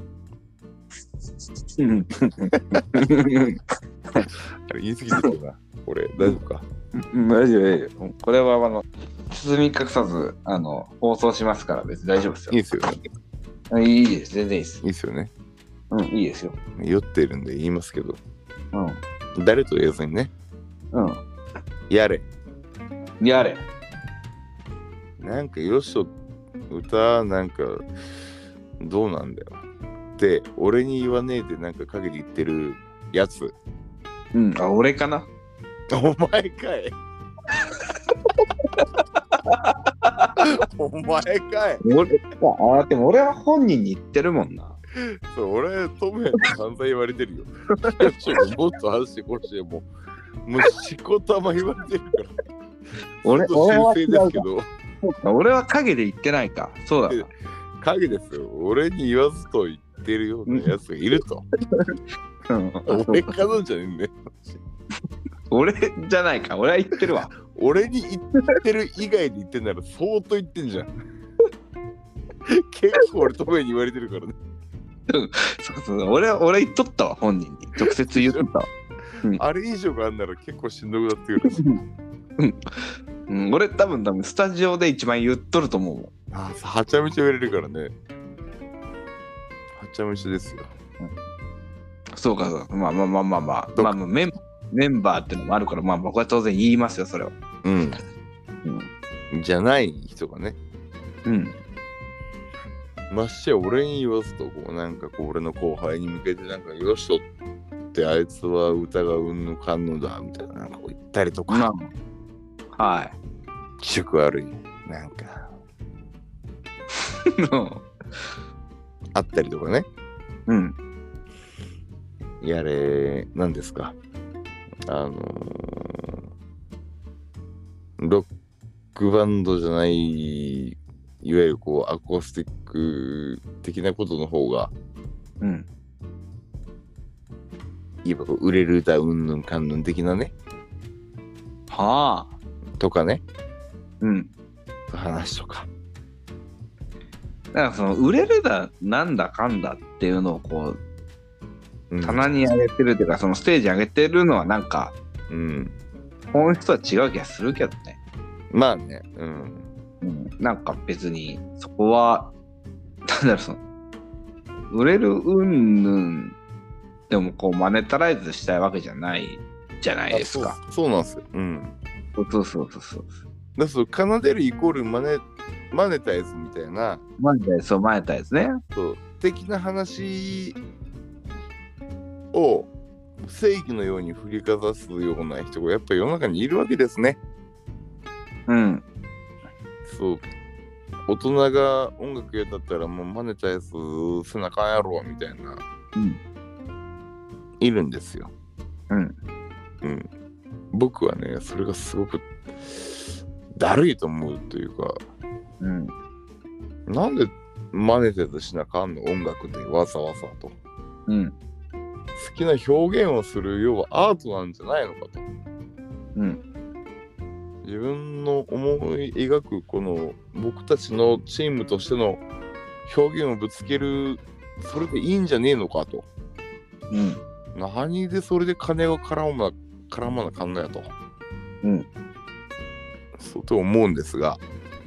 Speaker 1: 言い過ぎてるな。これ大丈夫か？
Speaker 2: 大丈夫。これは包み隠さず放送しますから別に大丈夫ですよ。
Speaker 1: いいですよ
Speaker 2: ね。いいです。全然いいです。
Speaker 1: いいですよね。
Speaker 2: いいですよ。
Speaker 1: 酔ってるんで言いますけど。誰と言わずにね。やれ。なんかよっしょ歌なんかどうなんだよって俺に言わねえでなんか陰で言ってるやつ。
Speaker 2: 俺かな。
Speaker 1: お前かい。お前かい。
Speaker 2: でも俺は本人に言ってるもんな。
Speaker 1: そう、俺トムヤに散々言われてるよ。もっと話してこうしてもうしこたま言われてるから。
Speaker 2: 俺は
Speaker 1: 修正ですけど。
Speaker 2: 俺は影で言ってないか。そうだな。
Speaker 1: 影ですよ。俺に言わずと言ってるようなやつがいると。俺かなんじゃねえんだよ。
Speaker 2: 俺じゃないか。俺は言ってるわ。
Speaker 1: 俺に言ってる以外で言ってんなら相当言ってんじゃん。結構俺トムヤに言われてるからね。
Speaker 2: そう俺言っとったわ、本人に直接言っとったわ。
Speaker 1: あれ以上があんなら結構しんどくなってくる。
Speaker 2: 俺多分スタジオで一番言っとると思うもん。
Speaker 1: はちゃめちゃ言われるからね。はちゃめちゃですよ。
Speaker 2: そうか。まあメンバーってのもあるから、まあ僕は当然言いますよ、それは。
Speaker 1: じゃない人がね。ましてや俺に言わずとこうなんかこう俺の後輩に向けてなんかよしとってあいつは歌がうんぬかんぬだみたいななんかこう言ったりとか、気色悪いなんかあったりとかね。やれなんですかロックバンドじゃないいわゆるこうアコースティック的なことの方がいわば売れる歌うんぬんかんぬん的なねとかね話とか
Speaker 2: だからその売れるだなんだかんだっていうのをこう棚に上げてるっていうかそのステージ上げてるのはなんか本質とは違う気がするけどね。
Speaker 1: まあね
Speaker 2: なんか別にそこはその売れるうんぬんでもこうマネタライズしたいわけじゃないじゃないですか。
Speaker 1: そうなんですよ。
Speaker 2: そう。
Speaker 1: だから奏でるイコールマネマネタイズみたいな。
Speaker 2: マネタイズ、そう、マネタイズね。
Speaker 1: そう、的な話を正義のように振りかざすような人がやっぱり世の中にいるわけですね。
Speaker 2: うん。
Speaker 1: そう。大人が音楽やったったらもうマネタイズせなあかんやろみたいな、うん、いるんですよ。
Speaker 2: うん。
Speaker 1: うん。僕はね、それがすごくだるいと思うというか、
Speaker 2: うん。
Speaker 1: なんでマネタイズしなあかんの音楽でわざわざと。
Speaker 2: うん。
Speaker 1: 好きな表現をする要はアートなんじゃないのかと。
Speaker 2: うん。
Speaker 1: 自分の思い描くこの僕たちのチームとしての表現をぶつける、それでいいんじゃねえのかと。
Speaker 2: うん。
Speaker 1: 何でそれで金を絡まなかんのやと。
Speaker 2: うん。
Speaker 1: そうと思うんですが、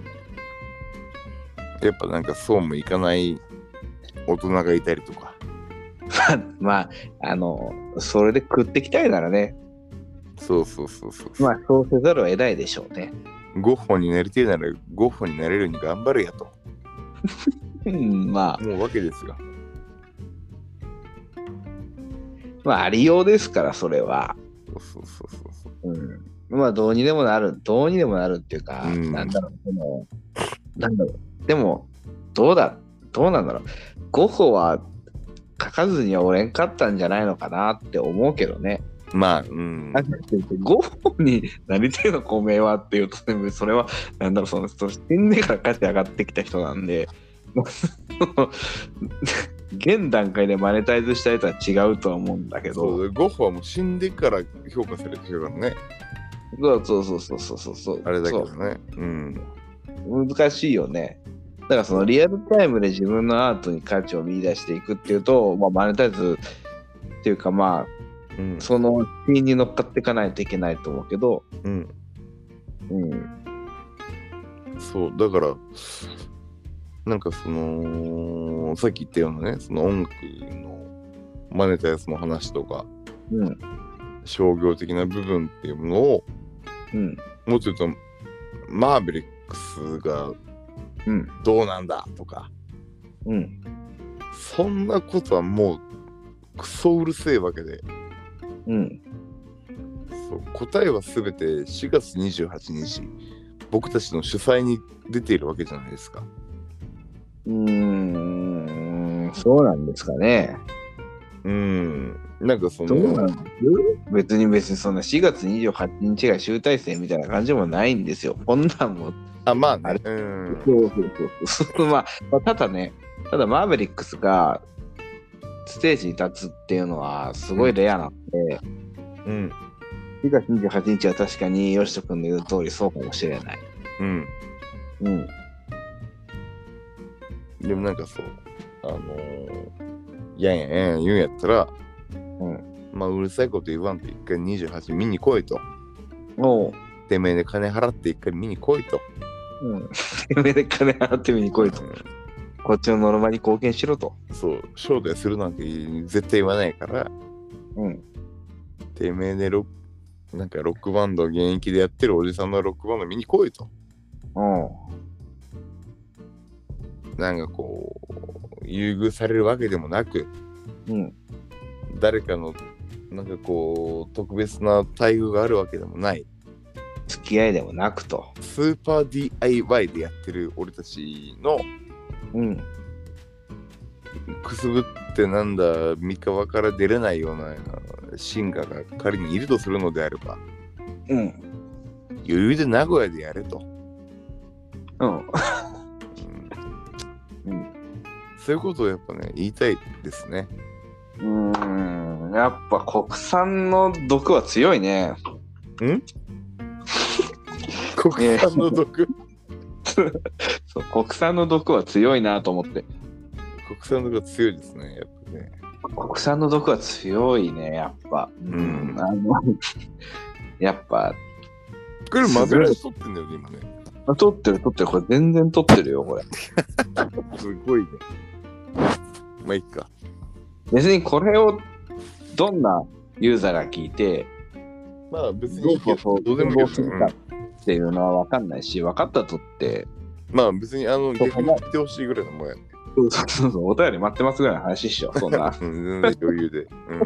Speaker 1: やっぱなんかそうもいかない大人がいたりとか。
Speaker 2: まあ、それで食ってきたいならね。
Speaker 1: そう。
Speaker 2: まあ、そうせざるを得ないでしょうね。
Speaker 1: ゴッホになりてえならゴッホになれるように頑張るやと。
Speaker 2: うん、まあ。
Speaker 1: もうわけですよ。
Speaker 2: まあ、ありようですから、それは。
Speaker 1: そう。
Speaker 2: うん。まあ、どうにでもなるっていうか、なんだろう。でも、どうなんだろう。ゴッホは書かずにはおれんかったんじゃないのかなって思うけどね。
Speaker 1: まあ、
Speaker 2: ゴッホになりてえの公明はっていうと、それは、なんだろう、その死んでから勝ち上がってきた人なんで、現段階でマネタイズしたいとは違うとは思うんだけど。
Speaker 1: そう、ゴッホはもう死んでから評価されてるからね。
Speaker 2: そう。
Speaker 1: あれだけどね。
Speaker 2: 難しいよね。だからそのリアルタイムで自分のアートに価値を見出していくっていうと、まあ、マネタイズっていうかまあ、そのシーンに乗っかっていかないといけないと思うけど、
Speaker 1: そうだからなんかそのさっき言ったようなね、その音楽のマネタイズの話とか、商業的な部分っていうものを、もうちょっとマーベリックスがどうなんだとか、そんなことはもうクソうるせえわけで、そう答えはすべて4月28日僕たちの主催に出ているわけじゃないですか。
Speaker 2: そうなんですかね。
Speaker 1: なんかその
Speaker 2: 別にそんな4月28日が集大成みたいな感じもないんですよ。こんなんも。
Speaker 1: まあね。
Speaker 2: そうまあただマーベリックスがステージに立つっていうのはすごいレアなので、4月28日は確かによしとくんの言う通りそうかもしれない。
Speaker 1: でもなんかそうやん言うんやったら、まあうるさいこと言わんと一回28見に来いと。てめえで金払って一回見に来いと。てめえで金払って見に来いと。こっちのノルマに貢献しろと。そう、招待するなんて絶対言わないから。てめえでなんかロックバンド現役でやってるおじさんのロックバンド見に来いと。なんかこう優遇されるわけでもなく、誰かのなんかこう特別な待遇があるわけでもない、付き合いでもなくと、スーパー DIY でやってる俺たちの、くすぶってなんだ三河から出れないようなシンガーが仮にいるとするのであれば、余裕で名古屋でやれと。そういうことをやっぱね言いたいですね。やっぱ国産の毒は強いね。国産の毒そう、国産の毒は強いなと思って。国産の毒は強いですね、やっぱね。国産の毒は強いね、やっぱ。やっぱ。これマグロ取ってんだよね、今ね。取ってる。これ全然取ってるよ、これ。すごいね。まあいいか。別にこれをどんなユーザーが聞いて、まあ別にどうでもいいっていうのは分かんないし、分かったとってまあ別に逆に言ってほしいぐらいのもんやね。
Speaker 2: そう、お便り待ってますぐらいの話っしょ、そんな。
Speaker 1: 全然余裕で。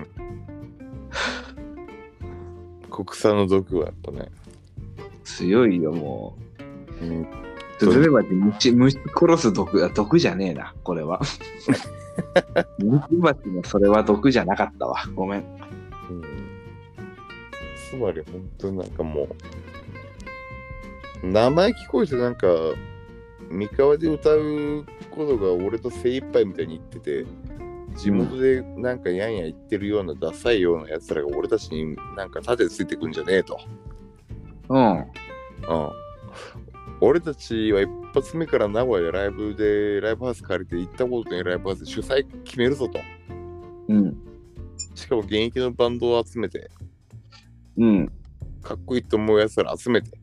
Speaker 1: 国産の毒はやっぱね。
Speaker 2: 強いよ、もう。スズメバチ虫殺す毒じゃねえな、これは。ミツバチもそれは毒じゃなかったわ。ごめん。
Speaker 1: つまり本当になんかもう、名前聞こえてなんか、三河で歌うことが俺と精一杯みたいに言ってて、地元でなんかやんや言ってるようなダサいようなやつらが俺たちになんか盾ついてくんじゃねえと。俺たちは一発目から名古屋でライブハウス借りて行ったことないライブハウスで主催決めるぞと。しかも現役のバンドを集めて、かっこいいと思うやつら集めて、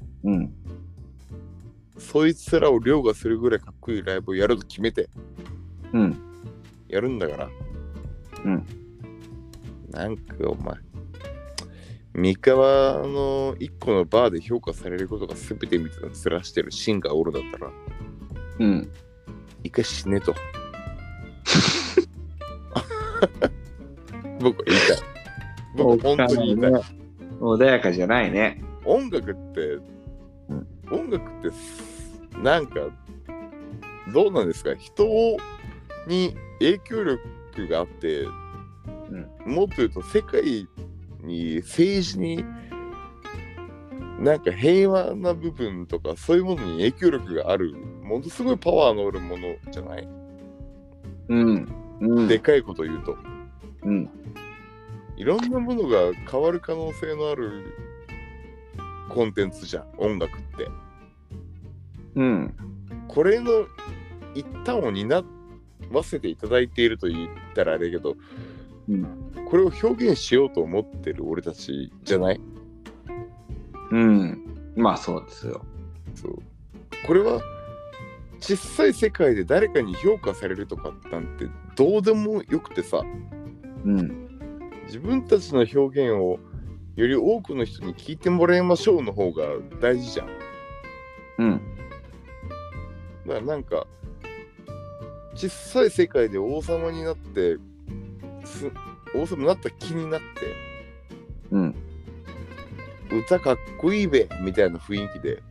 Speaker 1: そいつらを凌駕するぐらいかっこいいライブをやると決めて、やるんだから、なんかお前三河の一個のバーで評価されることが全てみたいな面してるシンガーおるだったら、一回死ねと僕は言いたい。僕本当に言いたい。
Speaker 2: 穏やかじゃないね。
Speaker 1: 音楽ってなんかどうなんですか？人に影響力があって、もっと言うと世界に政治になんか平和な部分とかそういうものに影響力があるものすごいパワーのあるものじゃない？でかいこと言うと、いろんなものが変わる可能性のあるコンテンツじゃん、音楽って。これの一端を担わせていただいていると言ったらあれだけど、これを表現しようと思ってる俺たちじゃない？
Speaker 2: まあそうですよ。
Speaker 1: そう。これは小さい世界で誰かに評価されるとかなんてどうでもよくてさ、自分たちの表現をより多くの人に聞いてもらいましょうの方が大事じゃん。だからなんか小さい世界で王様になって王様になった気になって、歌かっこいいべみたいな雰囲気で、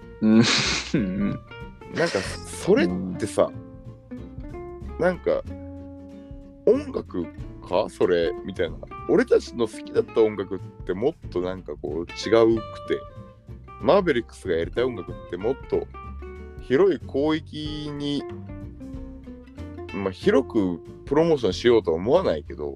Speaker 1: なんかそれってさ、なんか音楽かそれみたいな。俺たちの好きだった音楽ってもっとなんかこう違うくて、マーベリックスがやりたい音楽ってもっと広い広域に、広くプロモーションしようとは思わないけど、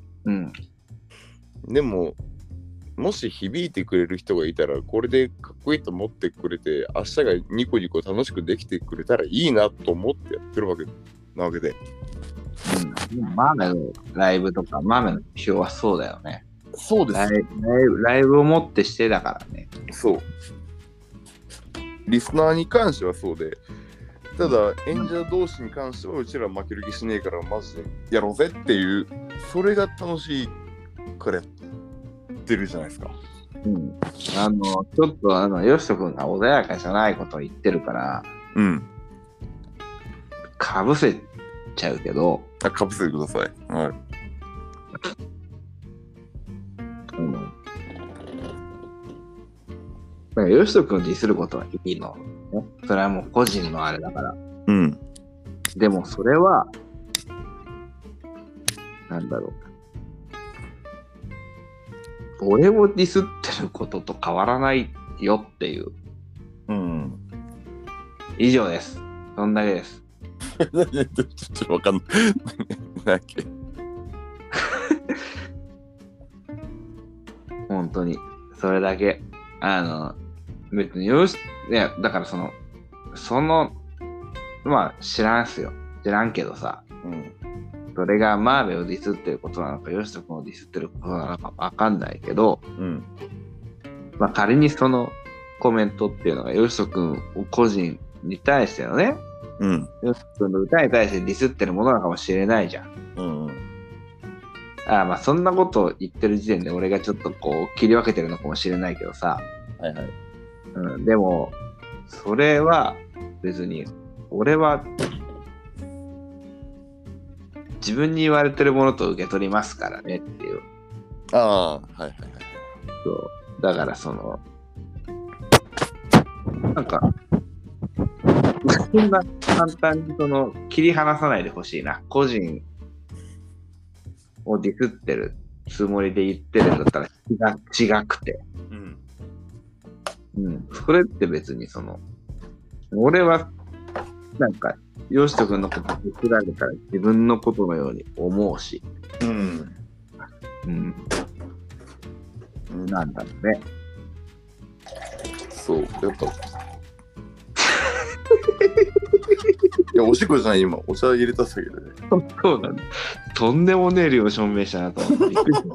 Speaker 1: でももし響いてくれる人がいたらこれでかっこいいと思ってくれて、明日がニコニコ楽しくできてくれたらいいなと思ってやってるわけなわけで、
Speaker 2: マーメのライブとかマーメの目標はそうだよね。
Speaker 1: そうです。
Speaker 2: ライブをもってしてだからね。
Speaker 1: そう。リスナーに関してはそうで、ただ演者同士に関してはうちら負ける気しねえからマジでやろうぜっていう、それが楽しいからやってるじゃないですか。
Speaker 2: ちょっとよしとくんが穏やかじゃないことを言ってるから、かぶせちゃうけど。
Speaker 1: かぶせてください。
Speaker 2: よしとくんをディスることはいいの、ね。それはもう個人のあれだから。でもそれは、なんだろう。俺をディスってることと変わらないよっていう。以上です。そんだけです。
Speaker 1: ちょっとわかんない。なんだっけ。
Speaker 2: 本当に。それだけ。別によし、いや、だからまあ知らんすよ。知らんけどさ。それがマーベをディスってることなのか、ヨシト君をディスってることなのかわかんないけど、まあ仮にそのコメントっていうのがヨシト君個人に対してのね、ヨシト君の歌に対してディスってるものなのかもしれないじゃん。まあそんなことを言ってる時点で俺がちょっとこう切り分けてるのかもしれないけどさ。でもそれは別に俺は自分に言われてるものと受け取りますからねっていう。
Speaker 1: ああ、はいはいはい。
Speaker 2: そうだからそのなんかそんな簡単にその切り離さないでほしいな。個人をディスってるつもりで言ってるんだったら違くて、それって別にその俺はなんかヨシト君のことディスられたら自分のことのように思うし、なんだろうね。
Speaker 1: そうやっぱいやおしっこじゃない今お茶入れただけでね。
Speaker 2: そうなんだ。とんでもねえ量証明したなと思ってびっくりした。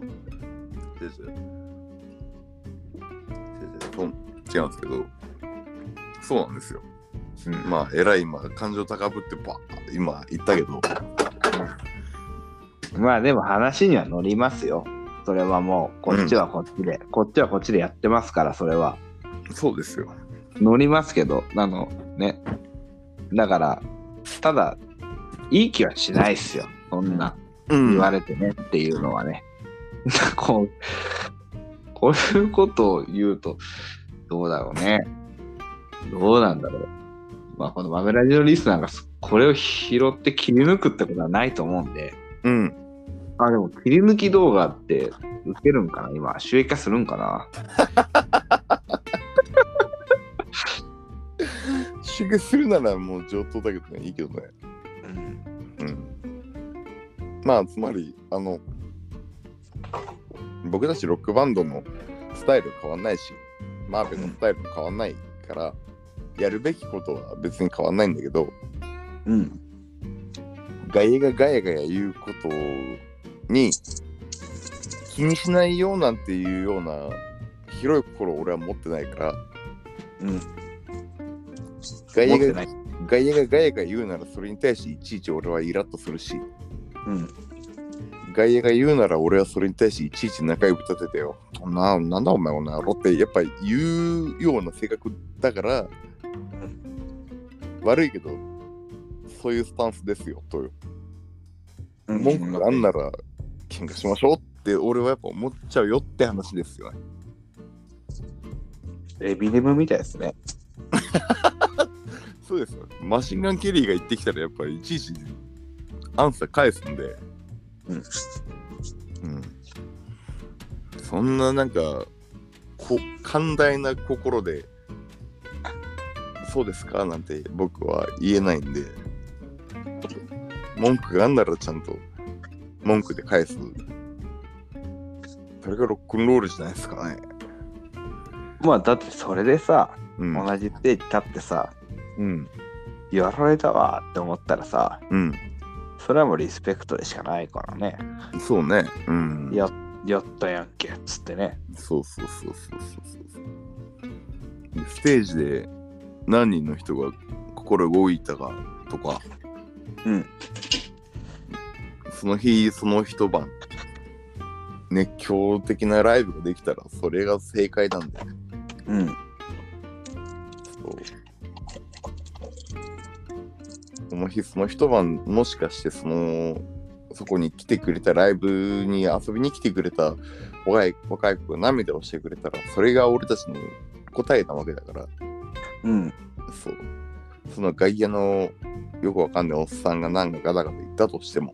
Speaker 1: 違うんですけど、そうなんですよ。まあ、えらい今、感情高ぶって今言ったけど。
Speaker 2: まあでも話には乗りますよ。それはもう、こっちはこっちで、こっちはこっちでやってますから、それは。
Speaker 1: そうですよ。
Speaker 2: 乗りますけど、ね。だから、ただ、いい気はしないっすよ。そんな、言われてねっていうのはね。こういうことを言うと、どうだろうね。どうなんだろう。まあ、このマメラジオリスナーがこれを拾って切り抜くってことはないと思うんで。でも切り抜き動画って受けるんかな今、収益化するんかな
Speaker 1: 収益化するならもう上等だけどね、いいけどね。まあ、つまり、僕たちロックバンドのスタイル変わんないし、マーベルのスタイルも変わんないから、やるべきことは別に変わんないんだけど、ガヤがガヤガヤ言うことに気にしないようなんていうような広い心を俺は持ってないから、ガヤがガヤが言うならそれに対していちいち俺はイラッとするし、ガイアが言うなら俺はそれに対していちいち中指立ててよ。なんだお前こんな野郎ってやっぱ言うような性格だから、悪いけどそういうスタンスですよと。文句があんなら喧嘩しましょうって俺はやっぱ思っちゃうよって話ですよね。
Speaker 2: エビネムみたいですね。
Speaker 1: そうですよ。マシンガンケリーが言ってきたらやっぱりいちいちアンサー返すんで。そんななんか寛大な心でそうですかなんて僕は言えないんで、文句があんならちゃんと文句で返す。それがロックンロールじゃないですかね。
Speaker 2: まあだってそれでさ、同じステージ立ってさ、やられたわって思ったらさ、それはもうリスペクトでしかないからね。
Speaker 1: そうね。
Speaker 2: やったやんけっつってね。
Speaker 1: そう。ステージで何人の人が心動いたかとか、その日その一晩熱狂的なライブができたらそれが正解なんだよ。その日その一晩もしかしてそこに来てくれたライブに遊びに来てくれた若い子が涙をしてくれたらそれが俺たちの答えなわけだから、その外野のよくわかんないおっさんがなんかガタガタ言ったとしても、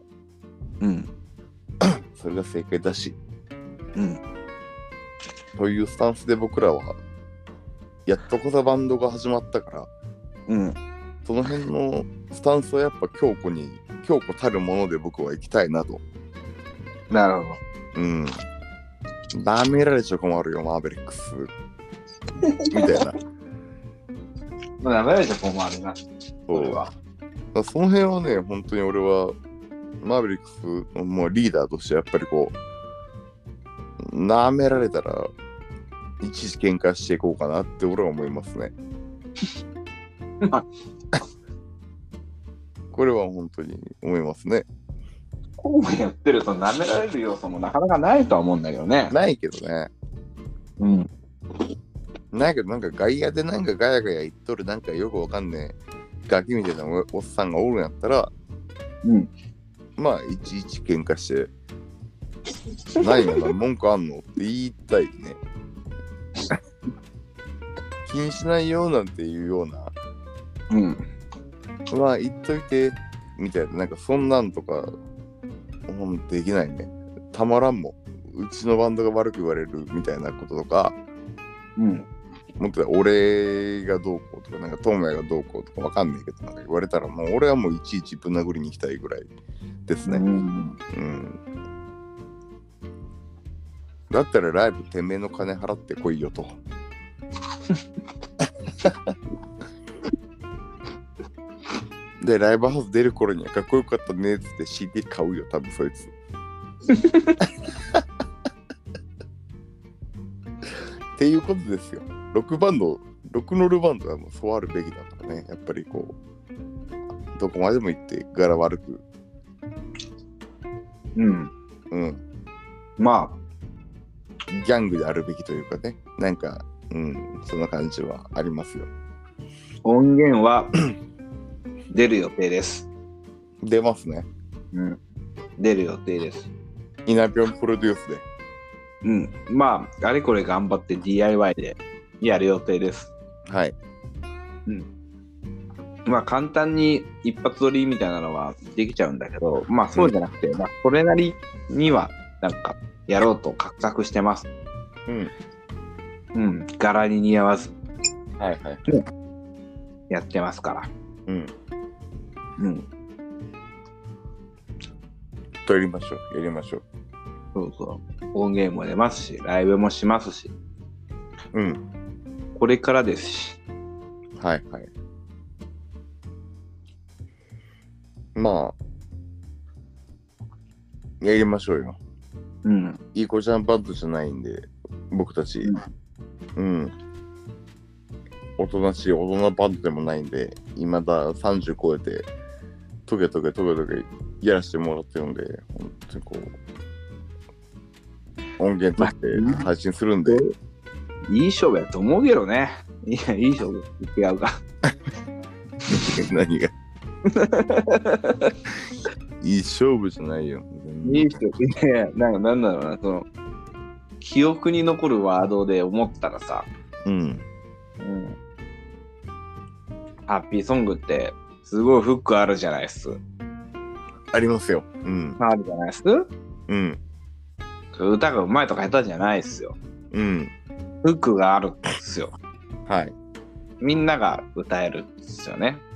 Speaker 1: それが正解だし、というスタンスで僕らはやっとこさバンドが始まったから、その辺のスタンスはやっぱ強固たるもので僕は行きたいなと。
Speaker 2: なるほ
Speaker 1: ど。ダメられちゃ困るよ、マーベリックス。みたいな。
Speaker 2: ダメられちゃ困るな。それは。
Speaker 1: その辺はね、本当に俺は、マーベリックスのもうリーダーとしてやっぱり舐められたら、いちいち喧嘩していこうかなって俺は思いますね。これは本当に思いますね。
Speaker 2: こうやってると舐められる要素もなかなかないとは思うんだけどね。
Speaker 1: ないけどね。ないけどなんか外野でなんかガヤガヤ言っとるなんかよくわかんねえガキみたいなおっさんがおるんやったら、
Speaker 2: うん。
Speaker 1: まあ、いちいち喧嘩して、何やな、文句あんのって言いたいね。気にしないよなんていうような、まあ、言っといて、みたいな、なんかそんなんとか、できないね。たまらんもん。うちのバンドが悪く言われるみたいなこととか、もっと俺がどうこうとか、なんかトモヤがどうこうとかわかんないけど、なんか言われたらもう俺はもういちいちぶん殴りに行きたいぐらいですね。だったらライブてめえの金払ってこいよと。で、ライブハウス出る頃にはかっこよかったねっつって CD 買うよ、多分そいつ。っていうことですよ。ロックノルバンドはもうそうあるべきだからね。やっぱりこう、どこまでも行って柄悪く。
Speaker 2: まあ、
Speaker 1: ギャングであるべきというかね。なんか、そんな感じはありますよ。
Speaker 2: 音源は出る予定です。
Speaker 1: 出ますね。
Speaker 2: 出る予定です。
Speaker 1: イナピョンプロデュースで。
Speaker 2: まあ、あれこれ頑張って DIY でやる予定です。
Speaker 1: はい。
Speaker 2: まあ、簡単に一発撮りみたいなのはできちゃうんだけど、まあ、そうじゃなくて、まあ、それなりには、なんか、やろうと画策してます。柄に似合わず。やってますから。
Speaker 1: やりましょう。
Speaker 2: そうそう。音源も出ますし、ライブもしますし。これからですし。
Speaker 1: まあ、やりましょうよ。いい子ちゃんバンドじゃないんで、僕たち。おとなしい大人バンドでもないんで、今だ30超えて、トゲトゲやらせてもらってるんで、本当にこう、音源として配信するんで。
Speaker 2: いい勝負やと思うけどね。いや、いい勝負。違うか。
Speaker 1: 何がいい勝負じゃないよ。
Speaker 2: いい勝負。いや、なんだろうな、その、記憶に残るワードで思ったらさ、ハッピーソングって、すごいフックあるじゃないっす。
Speaker 1: ありますよ。
Speaker 2: あるじゃないっす。歌がうまいとか下手じゃないっすよ。フックがあるんですよ。みんなが歌えるんですよね。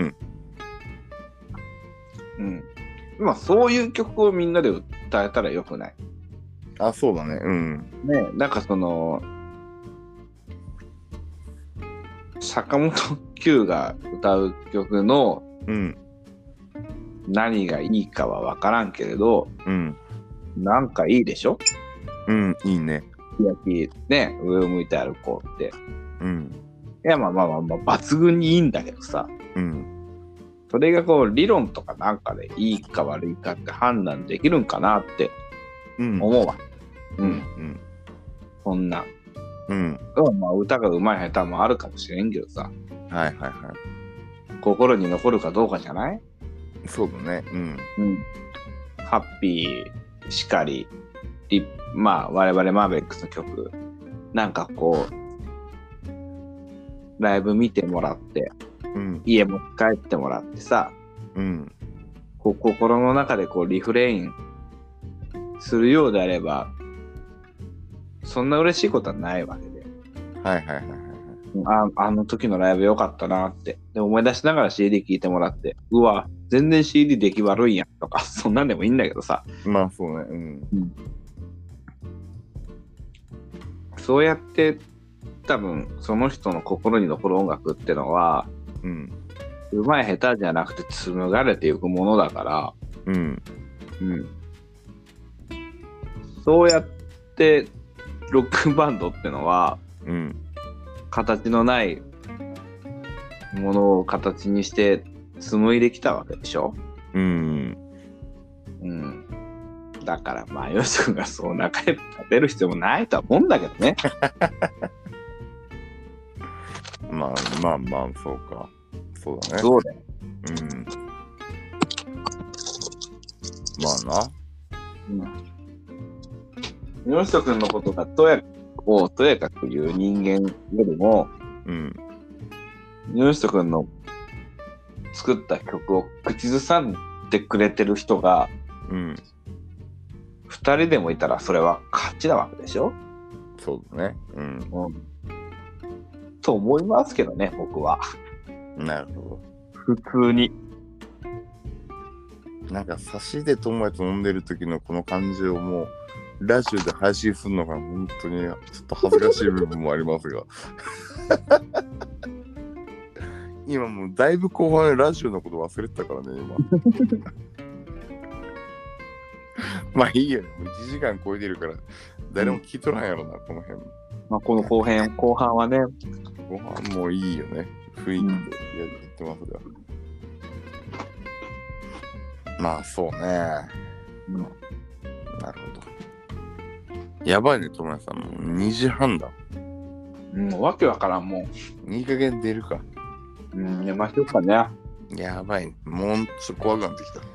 Speaker 2: まあそういう曲をみんなで歌えたらよくない？
Speaker 1: あ、そうだね。
Speaker 2: なんかその坂本九が歌う曲の何がいいかは分からんけれど、なんかいいでしょ？
Speaker 1: いいね。
Speaker 2: 焼きね、上を向いて歩こうって。いやまあ抜群にいいんだけどさ。それがこう理論とかなんかでいいか悪いかって判断できるんかなって思うわ。そんな。まあ歌がうまい下手もあるかもしれんけどさ。心に残るかどうかじゃない？
Speaker 1: そうだね。
Speaker 2: ハッピーしかり、まあ我々マーベリックスの曲なんかこうライブ見てもらって、家も帰ってもらってさ、こう心の中でこうリフレインするようであればそんな嬉しいことはないわけで、あの時のライブ良かったなってで思い出しながら CD 聴いてもらって、うわ全然 CD 出来悪いやんとかそんなんでもいいんだけどさ。
Speaker 1: まあそうね。
Speaker 2: そうやって多分その人の心に残る音楽ってのは、うまい下手じゃなくて紡がれていくものだから、そうやってロックバンドってのは、形のないものを形にして紡いできたわけでしょ。だからまあヨシ君がそう仲良く立てる必要もないとは思うんだけどね。
Speaker 1: まあそうか。 そうだね。
Speaker 2: そうだよ。
Speaker 1: うん。まあな。
Speaker 2: うん。よしとくんのことがとやかく言う人間よりも、
Speaker 1: うん。
Speaker 2: よしとくんの作った曲を口ずさんでくれてる人が、
Speaker 1: うん。
Speaker 2: 2人でもいたらそれは勝ちなわけでしょ。
Speaker 1: そうだね。うん。
Speaker 2: と思いますけどね、僕は。
Speaker 1: なるほど。
Speaker 2: 普通に。
Speaker 1: なんか差しで友達と飲んでる時のこの感じをもうラジオで配信するのが本当にちょっと恥ずかしい部分もありますが今もうだいぶ後半ラジオのこと忘れてたからね今まあいいよね、もう1時間超えてるから誰も聞いとらんやろな、この辺。
Speaker 2: まあこの後半はね、
Speaker 1: 後半もいいよね、雰囲気でやってますが、まあそうね、なるほど。やばいね、友也さん、もう2時半だ。
Speaker 2: もうわけわからん、も
Speaker 1: ういい加減出るか。
Speaker 2: 寝ましょうかね。
Speaker 1: やばい、ね、もうちょっと怖くなってきた。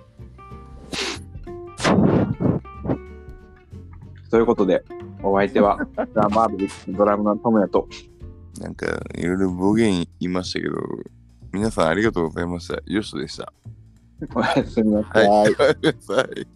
Speaker 2: ということで、お相手はザ・マーベリックドラムの友也と、
Speaker 1: なんかいろいろ暴言言いましたけど、皆さんありがとうございました。よしとでした。
Speaker 2: おやすみなさい。
Speaker 1: はい、おやすみなさい。